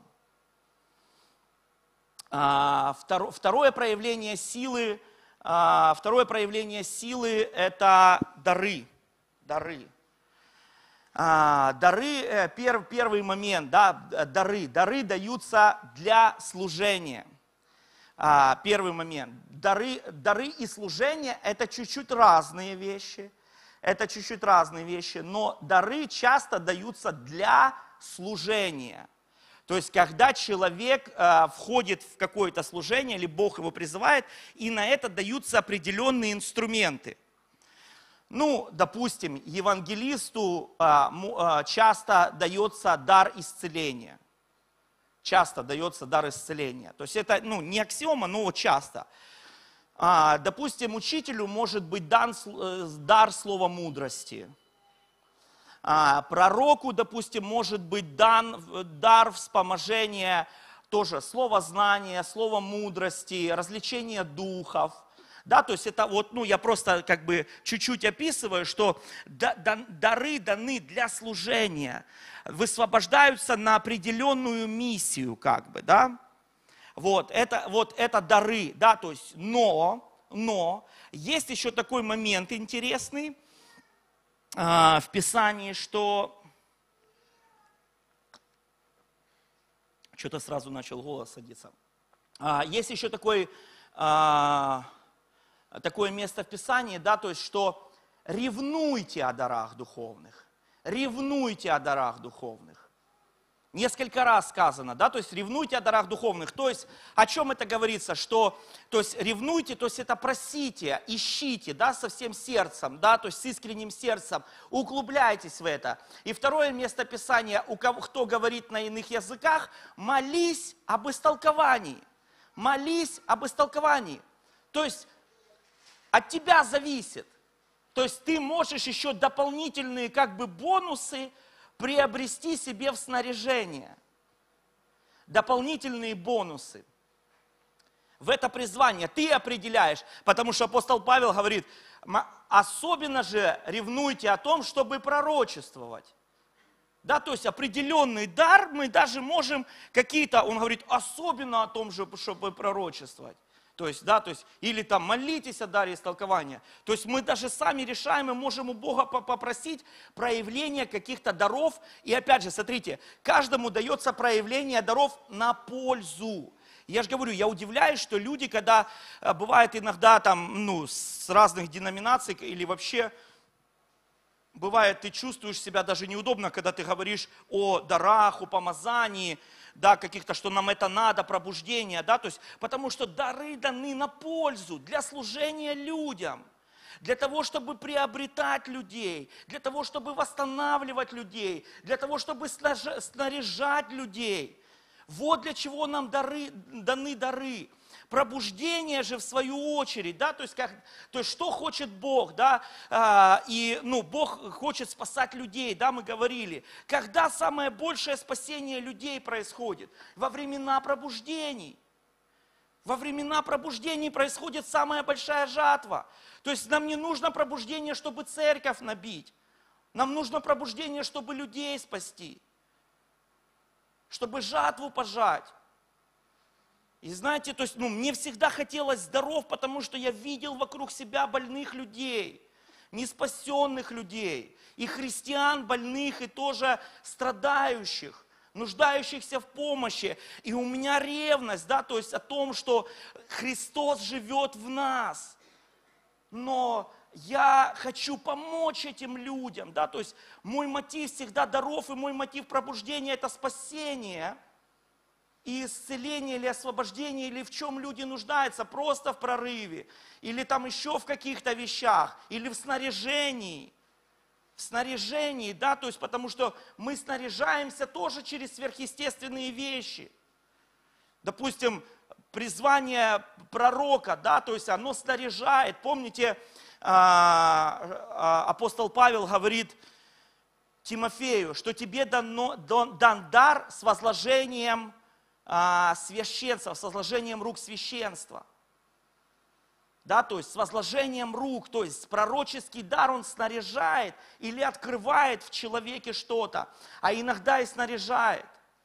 А, второ, второе проявление силы, а, второе проявление силы – это дары. Дары. А, дары, пер, первый момент, да, дары. Дары даются для служения. А, первый момент. Дары, дары и служение – это чуть-чуть разные вещи. Это чуть-чуть разные вещи, но дары часто даются для служения. То есть, когда человек а, входит в какое-то служение, или Бог его призывает, и на это даются определенные инструменты. Ну, допустим, евангелисту а, а, часто дается дар исцеления. Часто дается дар исцеления. То есть это, ну, не аксиома, но часто. А, допустим, учителю может быть дан дар слова мудрости. А, пророку, допустим, может быть дан дар вспоможения, тоже слово знания, слово мудрости, развлечения духов. Да, то есть это вот, ну, я просто как бы чуть-чуть описываю, что дары даны для служения, высвобождаются на определенную миссию, как бы, да. Вот, это, вот это дары, да, то есть, но, но, есть еще такой момент интересный а, в Писании, что, что-то сразу начал голос садиться, а, есть еще такой... А, Такое место в Писании, да, то есть, что ревнуйте о дарах духовных, ревнуйте о дарах духовных. Несколько раз сказано, да, то есть ревнуйте о дарах духовных. То есть, о чем это говорится, что, то есть ревнуйте, то есть это просите, ищите, да, со всем сердцем, да, то есть с искренним сердцем, углубляйтесь в это. И второе место Писания, у кого, кто говорит на иных языках, молись об истолковании, молись об истолковании. То есть, от тебя зависит. То есть ты можешь еще дополнительные как бы бонусы приобрести себе в снаряжение. Дополнительные бонусы. В это призвание ты определяешь, потому что апостол Павел говорит, особенно же ревнуйте о том, чтобы пророчествовать. Да, то есть определенный дар мы даже можем какие-то, он говорит, особенно о том, чтобы пророчествовать. То есть, да, то есть, или там молитесь о даре истолкования. То есть мы даже сами решаем, мы можем у Бога попросить проявления каких-то даров. И опять же, смотрите, каждому дается проявление даров на пользу. Я же говорю, я удивляюсь, что люди, когда бывает иногда там, ну, с разных деноминаций или вообще, бывает, ты чувствуешь себя даже неудобно, когда ты говоришь о дарах, о помазании, да, каких-то, что нам это надо, пробуждение, да, то есть, потому что дары даны на пользу, для служения людям, для того, чтобы приобретать людей, для того, чтобы восстанавливать людей, для того, чтобы снаряжать людей. Вот для чего нам дары, даны дары. Пробуждение же в свою очередь, да, то есть, как, то есть что хочет Бог, да, а, и, ну, Бог хочет спасать людей, да, мы говорили. Когда самое большее спасение людей происходит? Во времена пробуждений. Во времена пробуждений происходит самая большая жатва. То есть нам не нужно пробуждение, чтобы церковь набить. Нам нужно пробуждение, чтобы людей спасти. Чтобы жатву пожать. И знаете, то есть, ну, мне всегда хотелось здоров, потому что я видел вокруг себя больных людей, неспасенных людей, и христиан больных, и тоже страдающих, нуждающихся в помощи. И у меня ревность, да, то есть о том, что Христос живет в нас. Но я хочу помочь этим людям, да, то есть мой мотив всегда даров, и мой мотив пробуждения – это спасение. И исцеление или освобождение, или в чем люди нуждаются, просто в прорыве, или там еще в каких-то вещах, или в снаряжении. В снаряжении, да, то есть потому что мы снаряжаемся тоже через сверхъестественные вещи. Допустим, призвание пророка, да, то есть оно снаряжает. Помните, апостол Павел говорит Тимофею, что тебе дано, дан дар с возложением священства, с возложением рук священства. Да, то есть с возложением рук, то есть пророческий дар он снаряжает или открывает в человеке что-то, а иногда и снаряжает.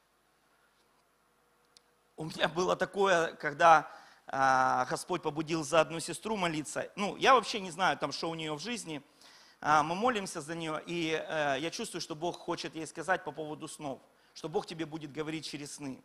У меня было такое, когда а, Господь побудил за одну сестру молиться. Ну, я вообще не знаю, там, что у нее в жизни. А, мы молимся за нее, и а, я чувствую, что Бог хочет ей сказать по поводу снов, что Бог тебе будет говорить через сны.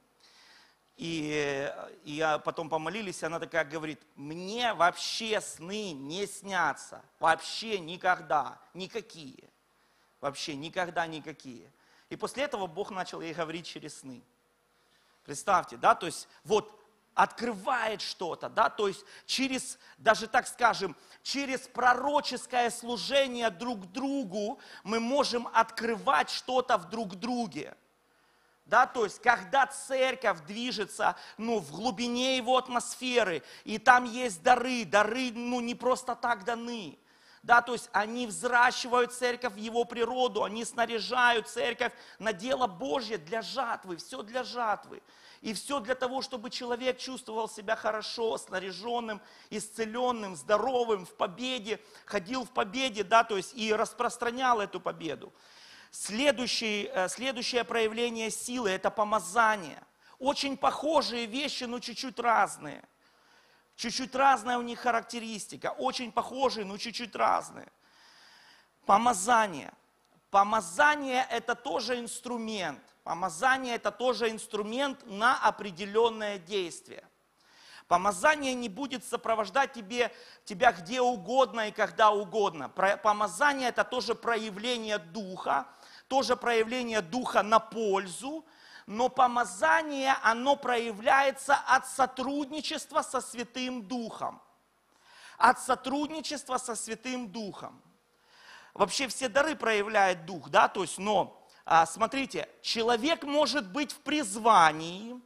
И, и я потом помолились, и она такая говорит, мне вообще сны не снятся, вообще никогда, никакие, вообще никогда никакие. И после этого Бог начал ей говорить через сны. Представьте, да, то есть вот открывает что-то, да, то есть через, даже так скажем, через пророческое служение друг другу мы можем открывать что-то в друг друге. Да, то есть, когда церковь движется, ну, в глубине его атмосферы, и там есть дары, дары, ну, не просто так даны. Да, то есть, они взращивают церковь в его природу, они снаряжают церковь на дело Божье для жатвы, все для жатвы. И все для того, чтобы человек чувствовал себя хорошо, снаряженным, исцеленным, здоровым, в победе, ходил в победе, да, то есть, и распространял эту победу. Следующее, следующее проявление силы – это помазание. Очень похожие вещи, но чуть-чуть разные. Чуть-чуть разная у них характеристика. Очень похожие, но чуть-чуть разные. Помазание. Помазание – это тоже инструмент. Помазание – это тоже инструмент на определенное действие. Помазание не будет сопровождать тебе, тебя где угодно и когда угодно. Помазание – это тоже проявление Духа, тоже проявление Духа на пользу, но помазание, оно проявляется от сотрудничества со Святым Духом. От сотрудничества со Святым Духом. Вообще все дары проявляет Дух, да, то есть, но, смотрите, человек может быть в призвании,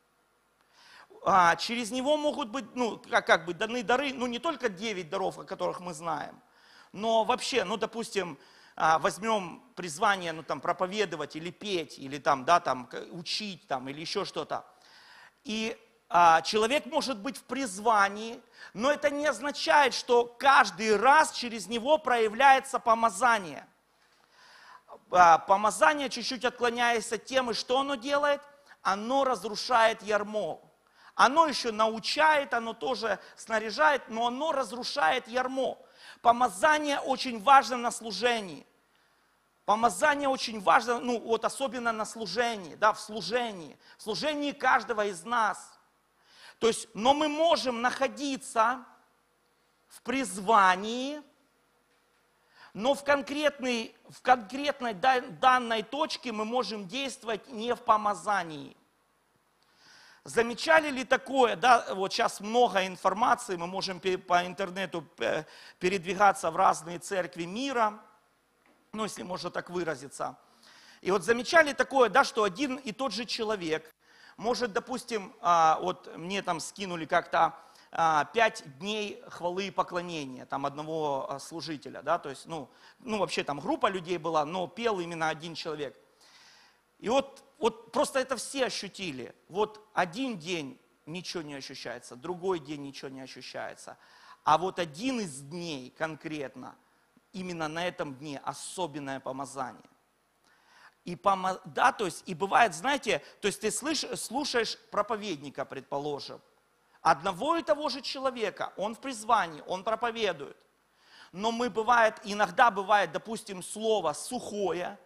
А, через него могут быть, ну, как, как бы даны дары, ну, не только девять даров, о которых мы знаем, но вообще, ну, допустим, а, возьмем призвание, ну, там, проповедовать или петь, или там, да, там, учить, там, или еще что-то. И а, человек может быть в призвании, но это не означает, что каждый раз через него проявляется помазание. А, помазание, чуть-чуть отклоняясь от темы, что оно делает? Оно разрушает ярмо. Оно еще научает, оно тоже снаряжает, но оно разрушает ярмо. Помазание очень важно на служении. Помазание очень важно, ну вот особенно на служении, да, в служении, в служении каждого из нас. То есть, но мы можем находиться в призвании, но в конкретной, в конкретной данной точке мы можем действовать не в помазании. Замечали ли такое, да, вот сейчас много информации, мы можем по интернету передвигаться в разные церкви мира, ну, если можно так выразиться. И вот замечали такое, да, что один и тот же человек может, допустим, вот мне там скинули как-то пять дней хвалы и поклонения, там одного служителя, да, то есть, ну, ну, вообще там группа людей была, но пел именно один человек. И вот, вот просто это все ощутили. Вот один день ничего не ощущается, другой день ничего не ощущается. А вот один из дней конкретно, именно на этом дне особенное помазание. И, помо... да, то есть, и бывает, знаете, то есть ты слыш... слушаешь проповедника, предположим, одного и того же человека, он в призвании, он проповедует. Но мы бывает, иногда бывает, допустим, слово сухое,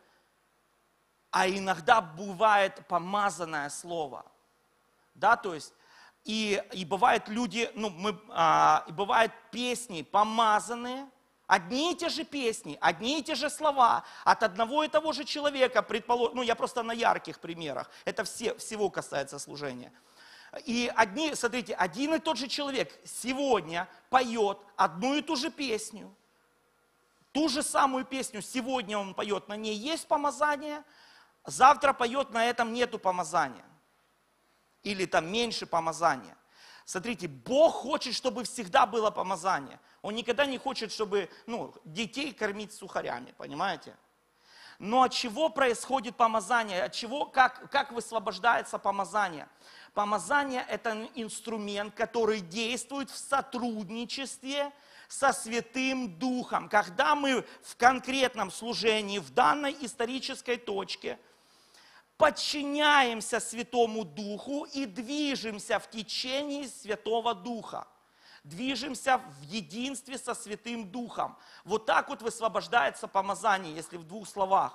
а иногда бывает помазанное слово. Да, то есть, и, и бывают люди, ну, мы, а, и бывают песни помазанные, одни и те же песни, одни и те же слова от одного и того же человека, предположим, ну, я просто на ярких примерах, это все, всего касается служения. И одни, смотрите, один и тот же человек сегодня поет одну и ту же песню, ту же самую песню сегодня он поет, на ней есть помазание, завтра поет, на этом нету помазания. Или там меньше помазания. Смотрите, Бог хочет, чтобы всегда было помазание. Он никогда не хочет, чтобы, ну, детей кормить сухарями, понимаете? Но от чего происходит помазание? От чего, как, как высвобождается помазание? Помазание – это инструмент, который действует в сотрудничестве со Святым Духом. Когда мы в конкретном служении, в данной исторической точке, подчиняемся Святому Духу и движемся в течении Святого Духа. Движемся в единстве со Святым Духом. Вот так вот высвобождается помазание, если в двух словах.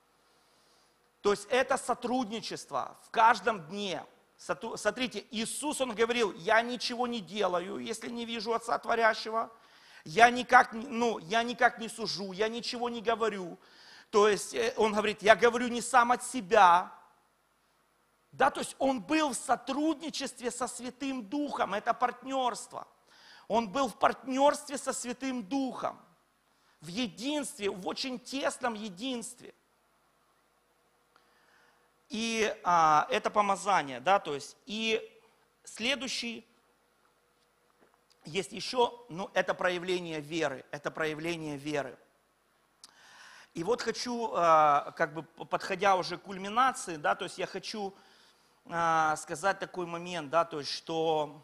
То есть это сотрудничество в каждом дне. Смотрите, Иисус, Он говорил, я ничего не делаю, если не вижу Отца Творящего. Я никак, ну, я никак не сужу, я ничего не говорю. То есть Он говорит, я говорю не сам от себя. Да, то есть Он был в сотрудничестве со Святым Духом, это партнерство. Он был в партнерстве со Святым Духом, в единстве, в очень тесном единстве. И а, это помазание, да, то есть, и следующий, есть еще, ну, это проявление веры, это проявление веры. И вот хочу, а, как бы подходя уже к кульминации, да, то есть я хочу а, сказать такой момент, да, то есть, что,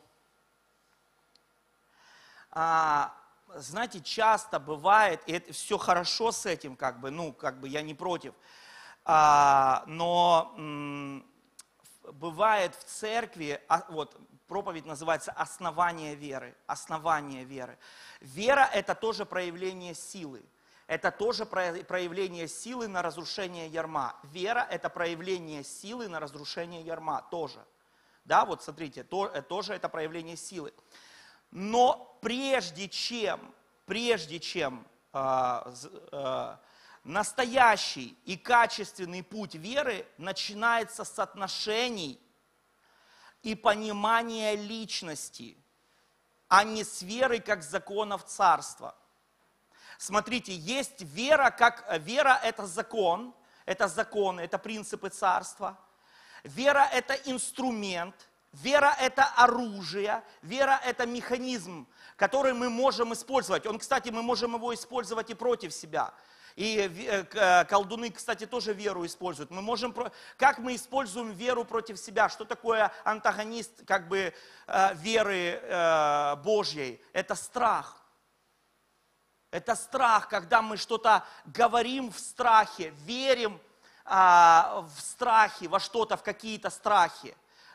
а, знаете, часто бывает, и это все хорошо с этим, как бы, ну, как бы я не против, а, но м, бывает в церкви, а, вот проповедь называется «Основание веры», «Основание веры». Вера – это тоже проявление силы. Это тоже проявление силы на разрушение ярма. Вера – это проявление силы на разрушение ярма тоже. Да, вот смотрите, то, тоже это проявление силы. Но прежде чем, прежде чем э, э, настоящий и качественный путь веры начинается с отношений и понимания личности, а не с веры как законов царства. Смотрите, есть вера, как вера – это закон, это законы, это принципы царства. Вера – это инструмент, вера – это оружие, вера – это механизм, который мы можем использовать. Он, кстати, мы можем его использовать и против себя. И колдуны, кстати, тоже веру используют. Мы можем, как мы используем веру против себя? Что такое антагонист, как бы, веры Божьей? Это страх. Это страх, когда мы что-то говорим в страхе, верим а, в страхе, во что-то, в какие-то страхи.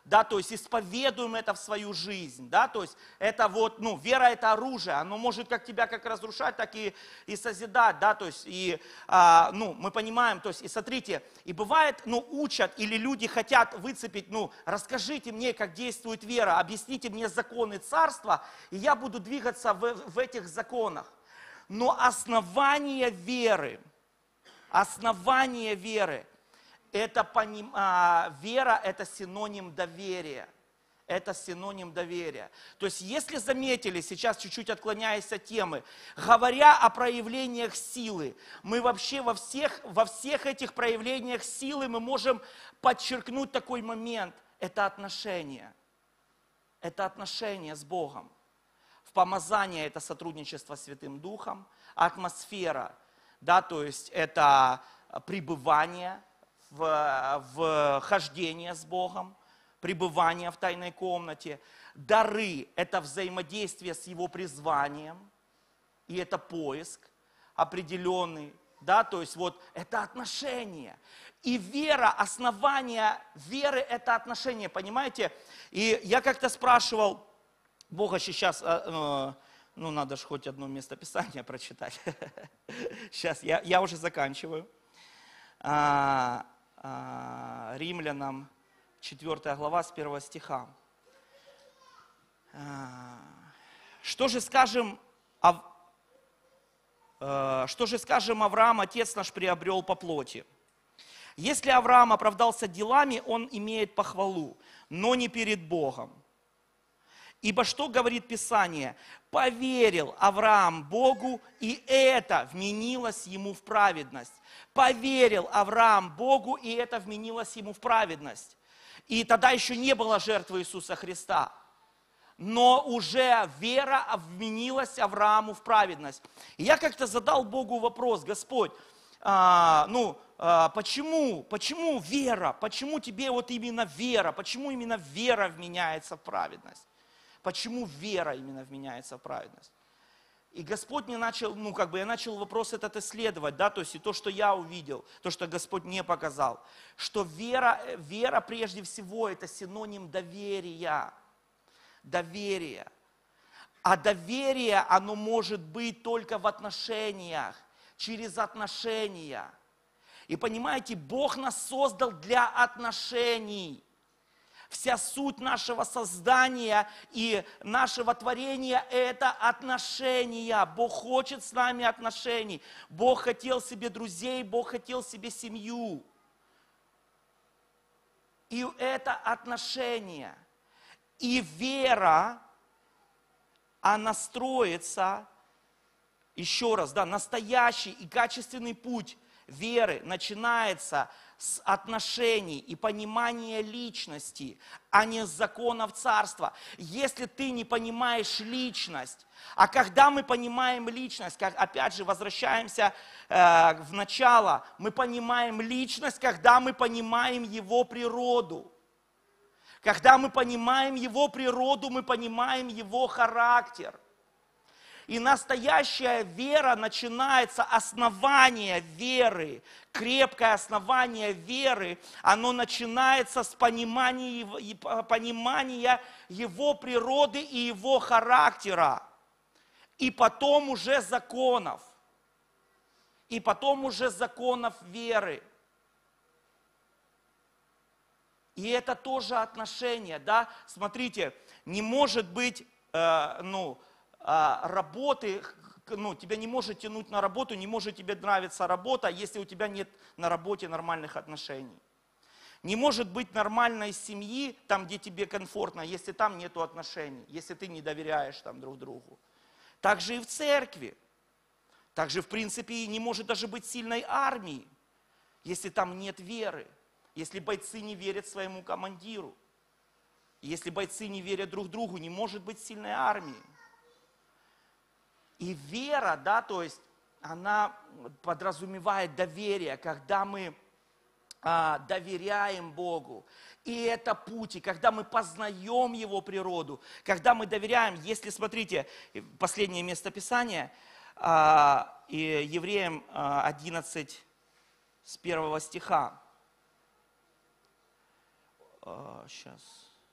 да, то есть исповедуем это в свою жизнь, да, то есть это вот, ну, вера это оружие, оно может как тебя как разрушать, так и, и созидать, да, то есть, и, а, ну, мы понимаем, то есть, и смотрите, и бывает, ну, учат, или люди хотят выцепить, ну, расскажите мне, как действует вера, объясните мне законы царства, и я буду двигаться в, в этих законах. Но основание веры, основание веры, это поним, а, вера – это синоним доверия. Это синоним доверия. То есть, если заметили, сейчас чуть-чуть отклоняясь от темы, говоря о проявлениях силы, мы вообще во всех, во всех этих проявлениях силы мы можем подчеркнуть такой момент. Это отношения. Это отношения с Богом. В помазании это сотрудничество с Святым Духом, атмосфера, да, то есть это пребывание, в, в хождение с Богом, пребывание в тайной комнате. Дары – это взаимодействие с Его призванием, и это поиск определенный, да, то есть вот это отношения. И вера, основание веры – это отношения, понимаете? И я как-то спрашивал Бога сейчас, ну, надо же хоть одно местописание прочитать. Сейчас, я, я уже заканчиваю. Римлянам четвёртая глава с первого стиха. Что же скажем, Ав... что же скажем Авраам, отец наш, приобрел по плоти? Если Авраам оправдался делами, он имеет похвалу, но не перед Богом. Ибо что говорит Писание? Поверил Авраам Богу, и это вменилось ему в праведность. Поверил Авраам Богу, и это вменилось ему в праведность. И тогда еще не было жертвы Иисуса Христа. Но уже вера вменилась Аврааму в праведность. И я как-то задал Богу вопрос: Господь, а, ну, а, почему, почему вера? Почему тебе вот именно вера? Почему именно вера вменяется в праведность? Почему вера именно вменяется в праведность? И Господь мне начал, ну как бы я начал вопрос этот исследовать, да, то есть и то, что я увидел, то, что Господь мне показал, что вера, вера прежде всего это синоним доверия, доверия. А доверие, оно может быть только в отношениях, через отношения. И понимаете, Бог нас создал для отношений. Вся суть нашего создания и нашего творения – это отношения. Бог хочет с нами отношений. Бог хотел себе друзей, Бог хотел себе семью. И это отношения. И вера, она строится, еще раз, да, настоящий и качественный путь веры начинается с отношений и понимания личности, а не с законов царства. Если ты не понимаешь личность, а когда мы понимаем личность, как опять же возвращаемся э, в начало, мы понимаем личность, когда мы понимаем его природу. Когда мы понимаем его природу, мы понимаем его характер. И настоящая вера начинается, основание веры, крепкое основание веры, оно начинается с понимания, понимания его природы и его характера. И потом уже законов. И потом уже законов веры. И это тоже отношение, да? Смотрите, не может быть, э, ну, работы, ну, тебя не может тянуть на работу, не может тебе нравиться работа, если у тебя нет на работе нормальных отношений. Не может быть нормальной семьи, там, где тебе комфортно, если там нету отношений, если ты не доверяешь там друг другу. Так же и в церкви. Так же, в принципе, не может даже быть сильной армии, если там нет веры, если бойцы не верят своему командиру, если бойцы не верят друг другу, не может быть сильной армии. И вера, да, то есть она подразумевает доверие, когда мы а, доверяем Богу. И это путь, и когда мы познаем Его природу, когда мы доверяем, если, смотрите, последнее местописание, а, и Евреям одиннадцать с первого стиха. А, сейчас,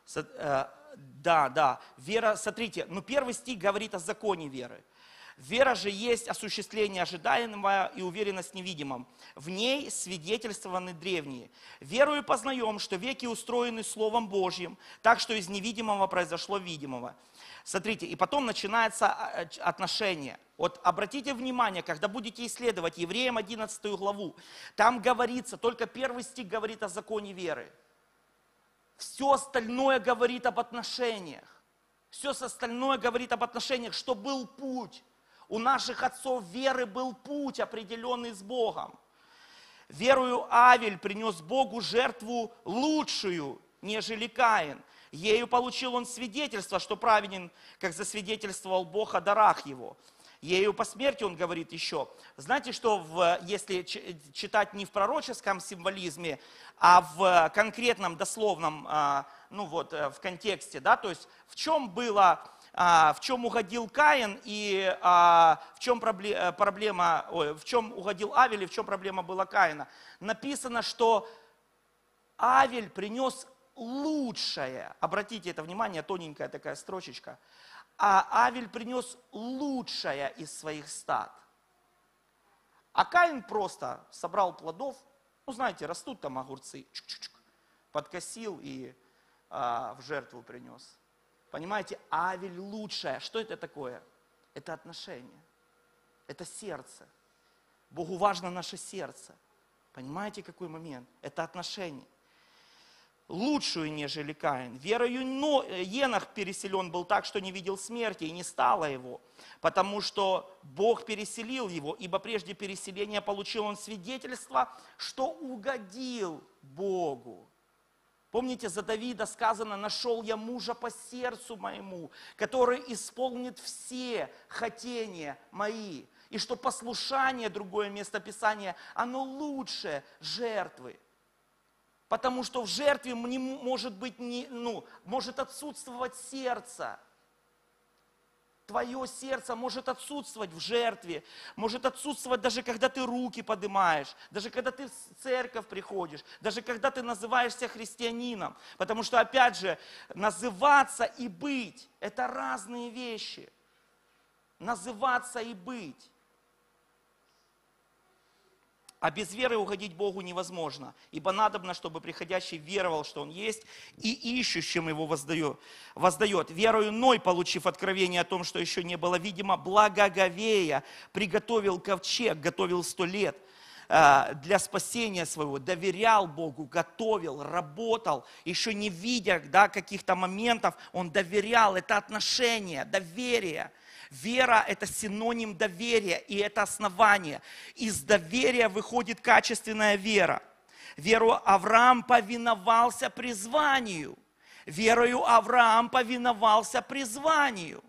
Да, да. Вера, смотрите, ну первый стих говорит о законе веры. Вера же есть осуществление ожидаемого и уверенность в невидимом. В ней свидетельствованы древние. Верою познаем, что веки устроены Словом Божьим, так что из невидимого произошло видимого. Смотрите, и потом начинается отношение. Вот обратите внимание, когда будете исследовать Евреям одиннадцатую главу, там говорится, только первый стих говорит о законе веры. Все остальное говорит об отношениях. Все остальное говорит об отношениях, что был путь. У наших отцов веры был путь, определенный с Богом. Верою Авель принес Богу жертву лучшую, нежели Каин. Ею получил он свидетельство, что праведен, как засвидетельствовал Бог о дарах его. Ею по смерти он говорит еще. Знаете, что в, если читать не в пророческом символизме, а в конкретном, дословном, ну вот, в контексте, да, то есть в чем было... в чем угодил Каин и в чем проблема, ой, в чем угодил Авель и в чем проблема была Каина. Написано, что Авель принес лучшее. Обратите это внимание, тоненькая такая строчечка. А Авель принес лучшее из своих стад. А Каин просто собрал плодов. Ну, знаете, растут там огурцы. Чук-чук-чук, подкосил и а, в жертву принес. Понимаете, Авель лучшее. Что это такое? Это отношение. Это сердце. Богу важно наше сердце. Понимаете, какой момент? Это отношение. Лучшую, нежели Каин. Верою Енох переселен был так, что не видел смерти, и не стало его. Потому что Бог переселил его, ибо прежде переселения получил он свидетельство, что угодил Богу. Помните, за Давида сказано: нашел я мужа по сердцу моему, который исполнит все хотения мои. И что послушание, другое место Писания, оно лучше жертвы. Потому что в жертве не может быть, не, ну, может отсутствовать сердце. Твое сердце может отсутствовать в жертве, может отсутствовать даже когда ты руки поднимаешь, даже когда ты в церковь приходишь, даже когда ты называешься христианином. Потому что, опять же, называться и быть – это разные вещи. Называться и быть. А без веры угодить Богу невозможно, ибо надобно, чтобы приходящий веровал, что Он есть, и ищущим Его воздает. воздает. Верою Ной, получив откровение о том, что еще не было видимо, благоговея, приготовил ковчег, готовил сто лет э, для спасения своего, доверял Богу, готовил, работал, еще не видя да, каких-то моментов, он доверял, это отношение, доверие. Вера – это синоним доверия, и это основание. Из доверия выходит качественная вера. Веру Авраам повиновался призванию. Верою Авраам повиновался призванию.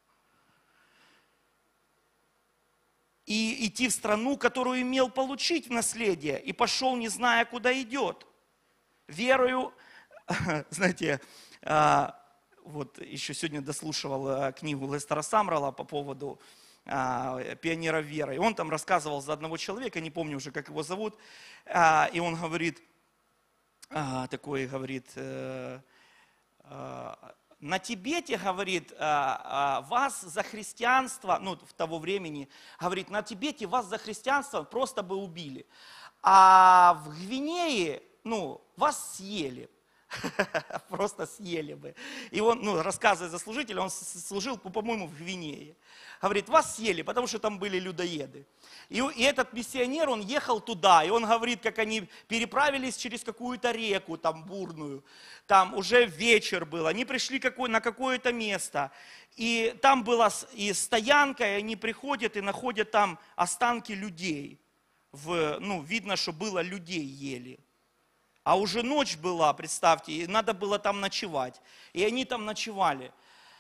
И идти в страну, которую имел получить в наследие, и пошел, не зная, куда идет. Верою, знаете, вот еще сегодня дослушивал книгу Лестера Самрала по поводу а, пионеров веры. И он там рассказывал за одного человека, не помню уже, как его зовут. А, и он говорит, а, такой говорит, а, а, на Тибете, говорит, а, а, вас за христианство, ну в того времени, говорит, на Тибете вас за христианство просто бы убили. А в Гвинее, ну, вас съели. Просто съели бы. И он, ну, рассказывает за служителя, он служил, по-моему, в Гвинее. Говорит, вас съели, потому что там были людоеды. И, и этот миссионер, он ехал туда, и он говорит, как они переправились через какую-то реку, там, бурную. Там уже вечер был, они пришли какой, на какое-то место. И там была и стоянка, и они приходят и находят там останки людей. В, ну, видно, что было людей ели. А уже ночь была, представьте, и надо было там ночевать. И они там ночевали.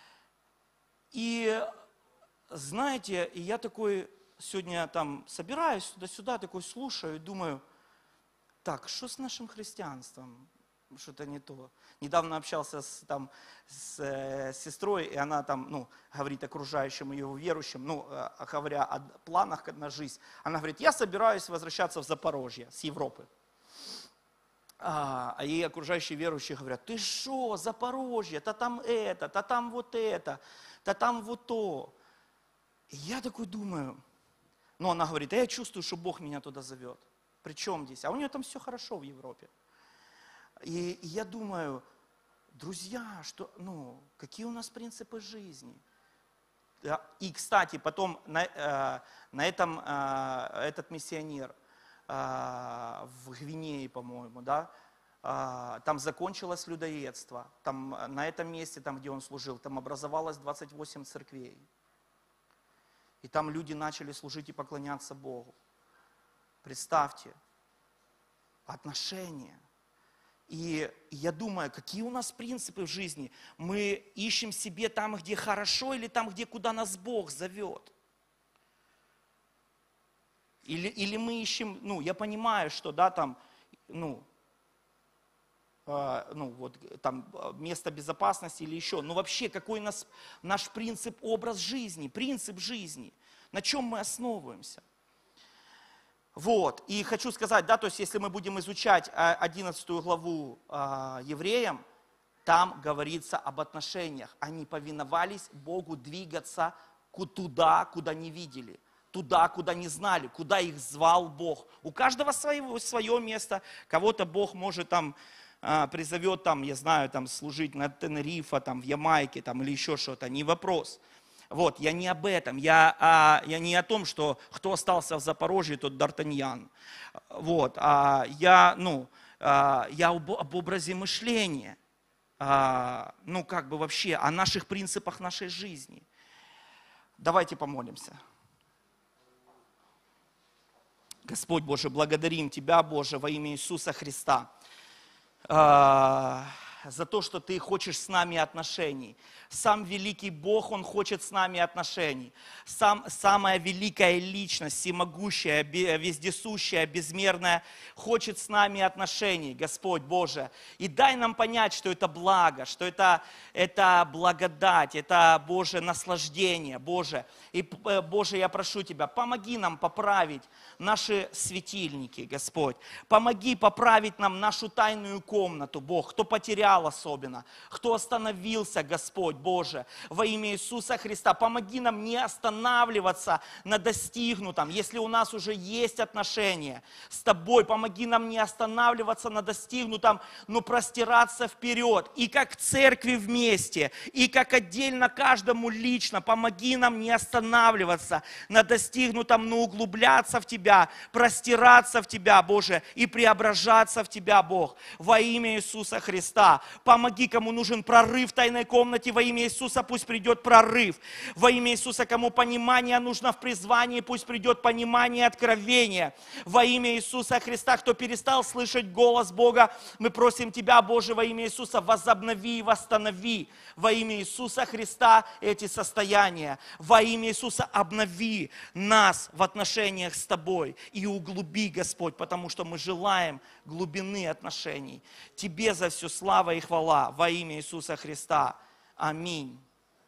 И знаете, я такой сегодня там собираюсь туда-сюда, такой слушаю и думаю, так, что с нашим христианством? Что-то не то. Недавно общался с, там, с э, сестрой, и она там, ну, говорит окружающим ее верующим, ну, э, говоря о планах на жизнь, она говорит, я собираюсь возвращаться в Запорожье с Европы. А, и окружающие верующие говорят: ты что, Запорожье, то там это, то там вот это, то там вот то. И я такой думаю, ну она говорит: а я чувствую, что Бог меня туда зовет. При чем здесь? А у нее там все хорошо в Европе. И, и я думаю, друзья, что, ну, какие у нас принципы жизни? И, кстати, потом на, э, на этом э, этот миссионер э, в Гвинее, по-моему, да, э, там закончилось людоедство. Там, на этом месте, там, где он служил, там образовалось двадцать восемь церквей. И там люди начали служить и поклоняться Богу. Представьте, отношения. И я думаю, какие у нас принципы в жизни? Мы ищем себе там, где хорошо, или там, где куда нас Бог зовет? Или, или мы ищем, ну, я понимаю, что, да, там, ну, э, ну, вот, там, место безопасности или еще, но вообще, какой у нас наш принцип, образ жизни, принцип жизни, на чем мы основываемся? Вот, и хочу сказать, да, то есть если мы будем изучать одиннадцатую главу э, евреям, там говорится об отношениях. Они повиновались Богу двигаться туда, куда не видели, туда, куда не знали, куда их звал Бог. У каждого свое, свое место, кого-то Бог может там э, призовет, там, я знаю, там, служить на Тенерифе, там, в Ямайке, там, или еще что-то, не вопрос. Вот, я не об этом, я, а, я не о том, что кто остался в Запорожье, тот Д'Артаньян. Вот, а, я, ну, а, я об, об образе мышления, а, ну, как бы вообще о наших принципах нашей жизни. Давайте помолимся. Господь Боже, благодарим Тебя, Боже, во имя Иисуса Христа, а, за то, что Ты хочешь с нами отношений. Сам великий Бог, Он хочет с нами отношений. Сам, самая великая личность, всемогущая, вездесущая, безмерная, хочет с нами отношений, Господь Боже. И дай нам понять, что это благо, что это, это благодать, это, Боже, наслаждение, Боже. И, Боже, я прошу Тебя, помоги нам поправить наши светильники, Господь. Помоги поправить нам нашу тайную комнату, Бог, кто потерял особенно, кто остановился, Господь Боже, во имя Иисуса Христа. Помоги нам не останавливаться на достигнутом. Если у нас уже есть отношения с Тобой, помоги нам не останавливаться на достигнутом, но простираться вперед. И как церкви вместе, и как отдельно каждому лично, помоги нам не останавливаться на достигнутом, но углубляться в Тебя, простираться в Тебя, Боже, и преображаться в Тебя, Бог, во имя Иисуса Христа. Помоги, кому нужен прорыв в тайной комнате, во имя Иисуса пусть придет прорыв. Во имя Иисуса, кому понимание нужно в призвании, пусть придет понимание и откровение. Во имя Иисуса Христа, кто перестал слышать голос Бога, мы просим Тебя, Боже, во имя Иисуса, возобнови и восстанови во имя Иисуса Христа эти состояния. Во имя Иисуса обнови нас в отношениях с Тобой и углуби, Господь, потому что мы желаем глубины отношений. Тебе за все слава и хвала во имя Иисуса Христа. Аминь.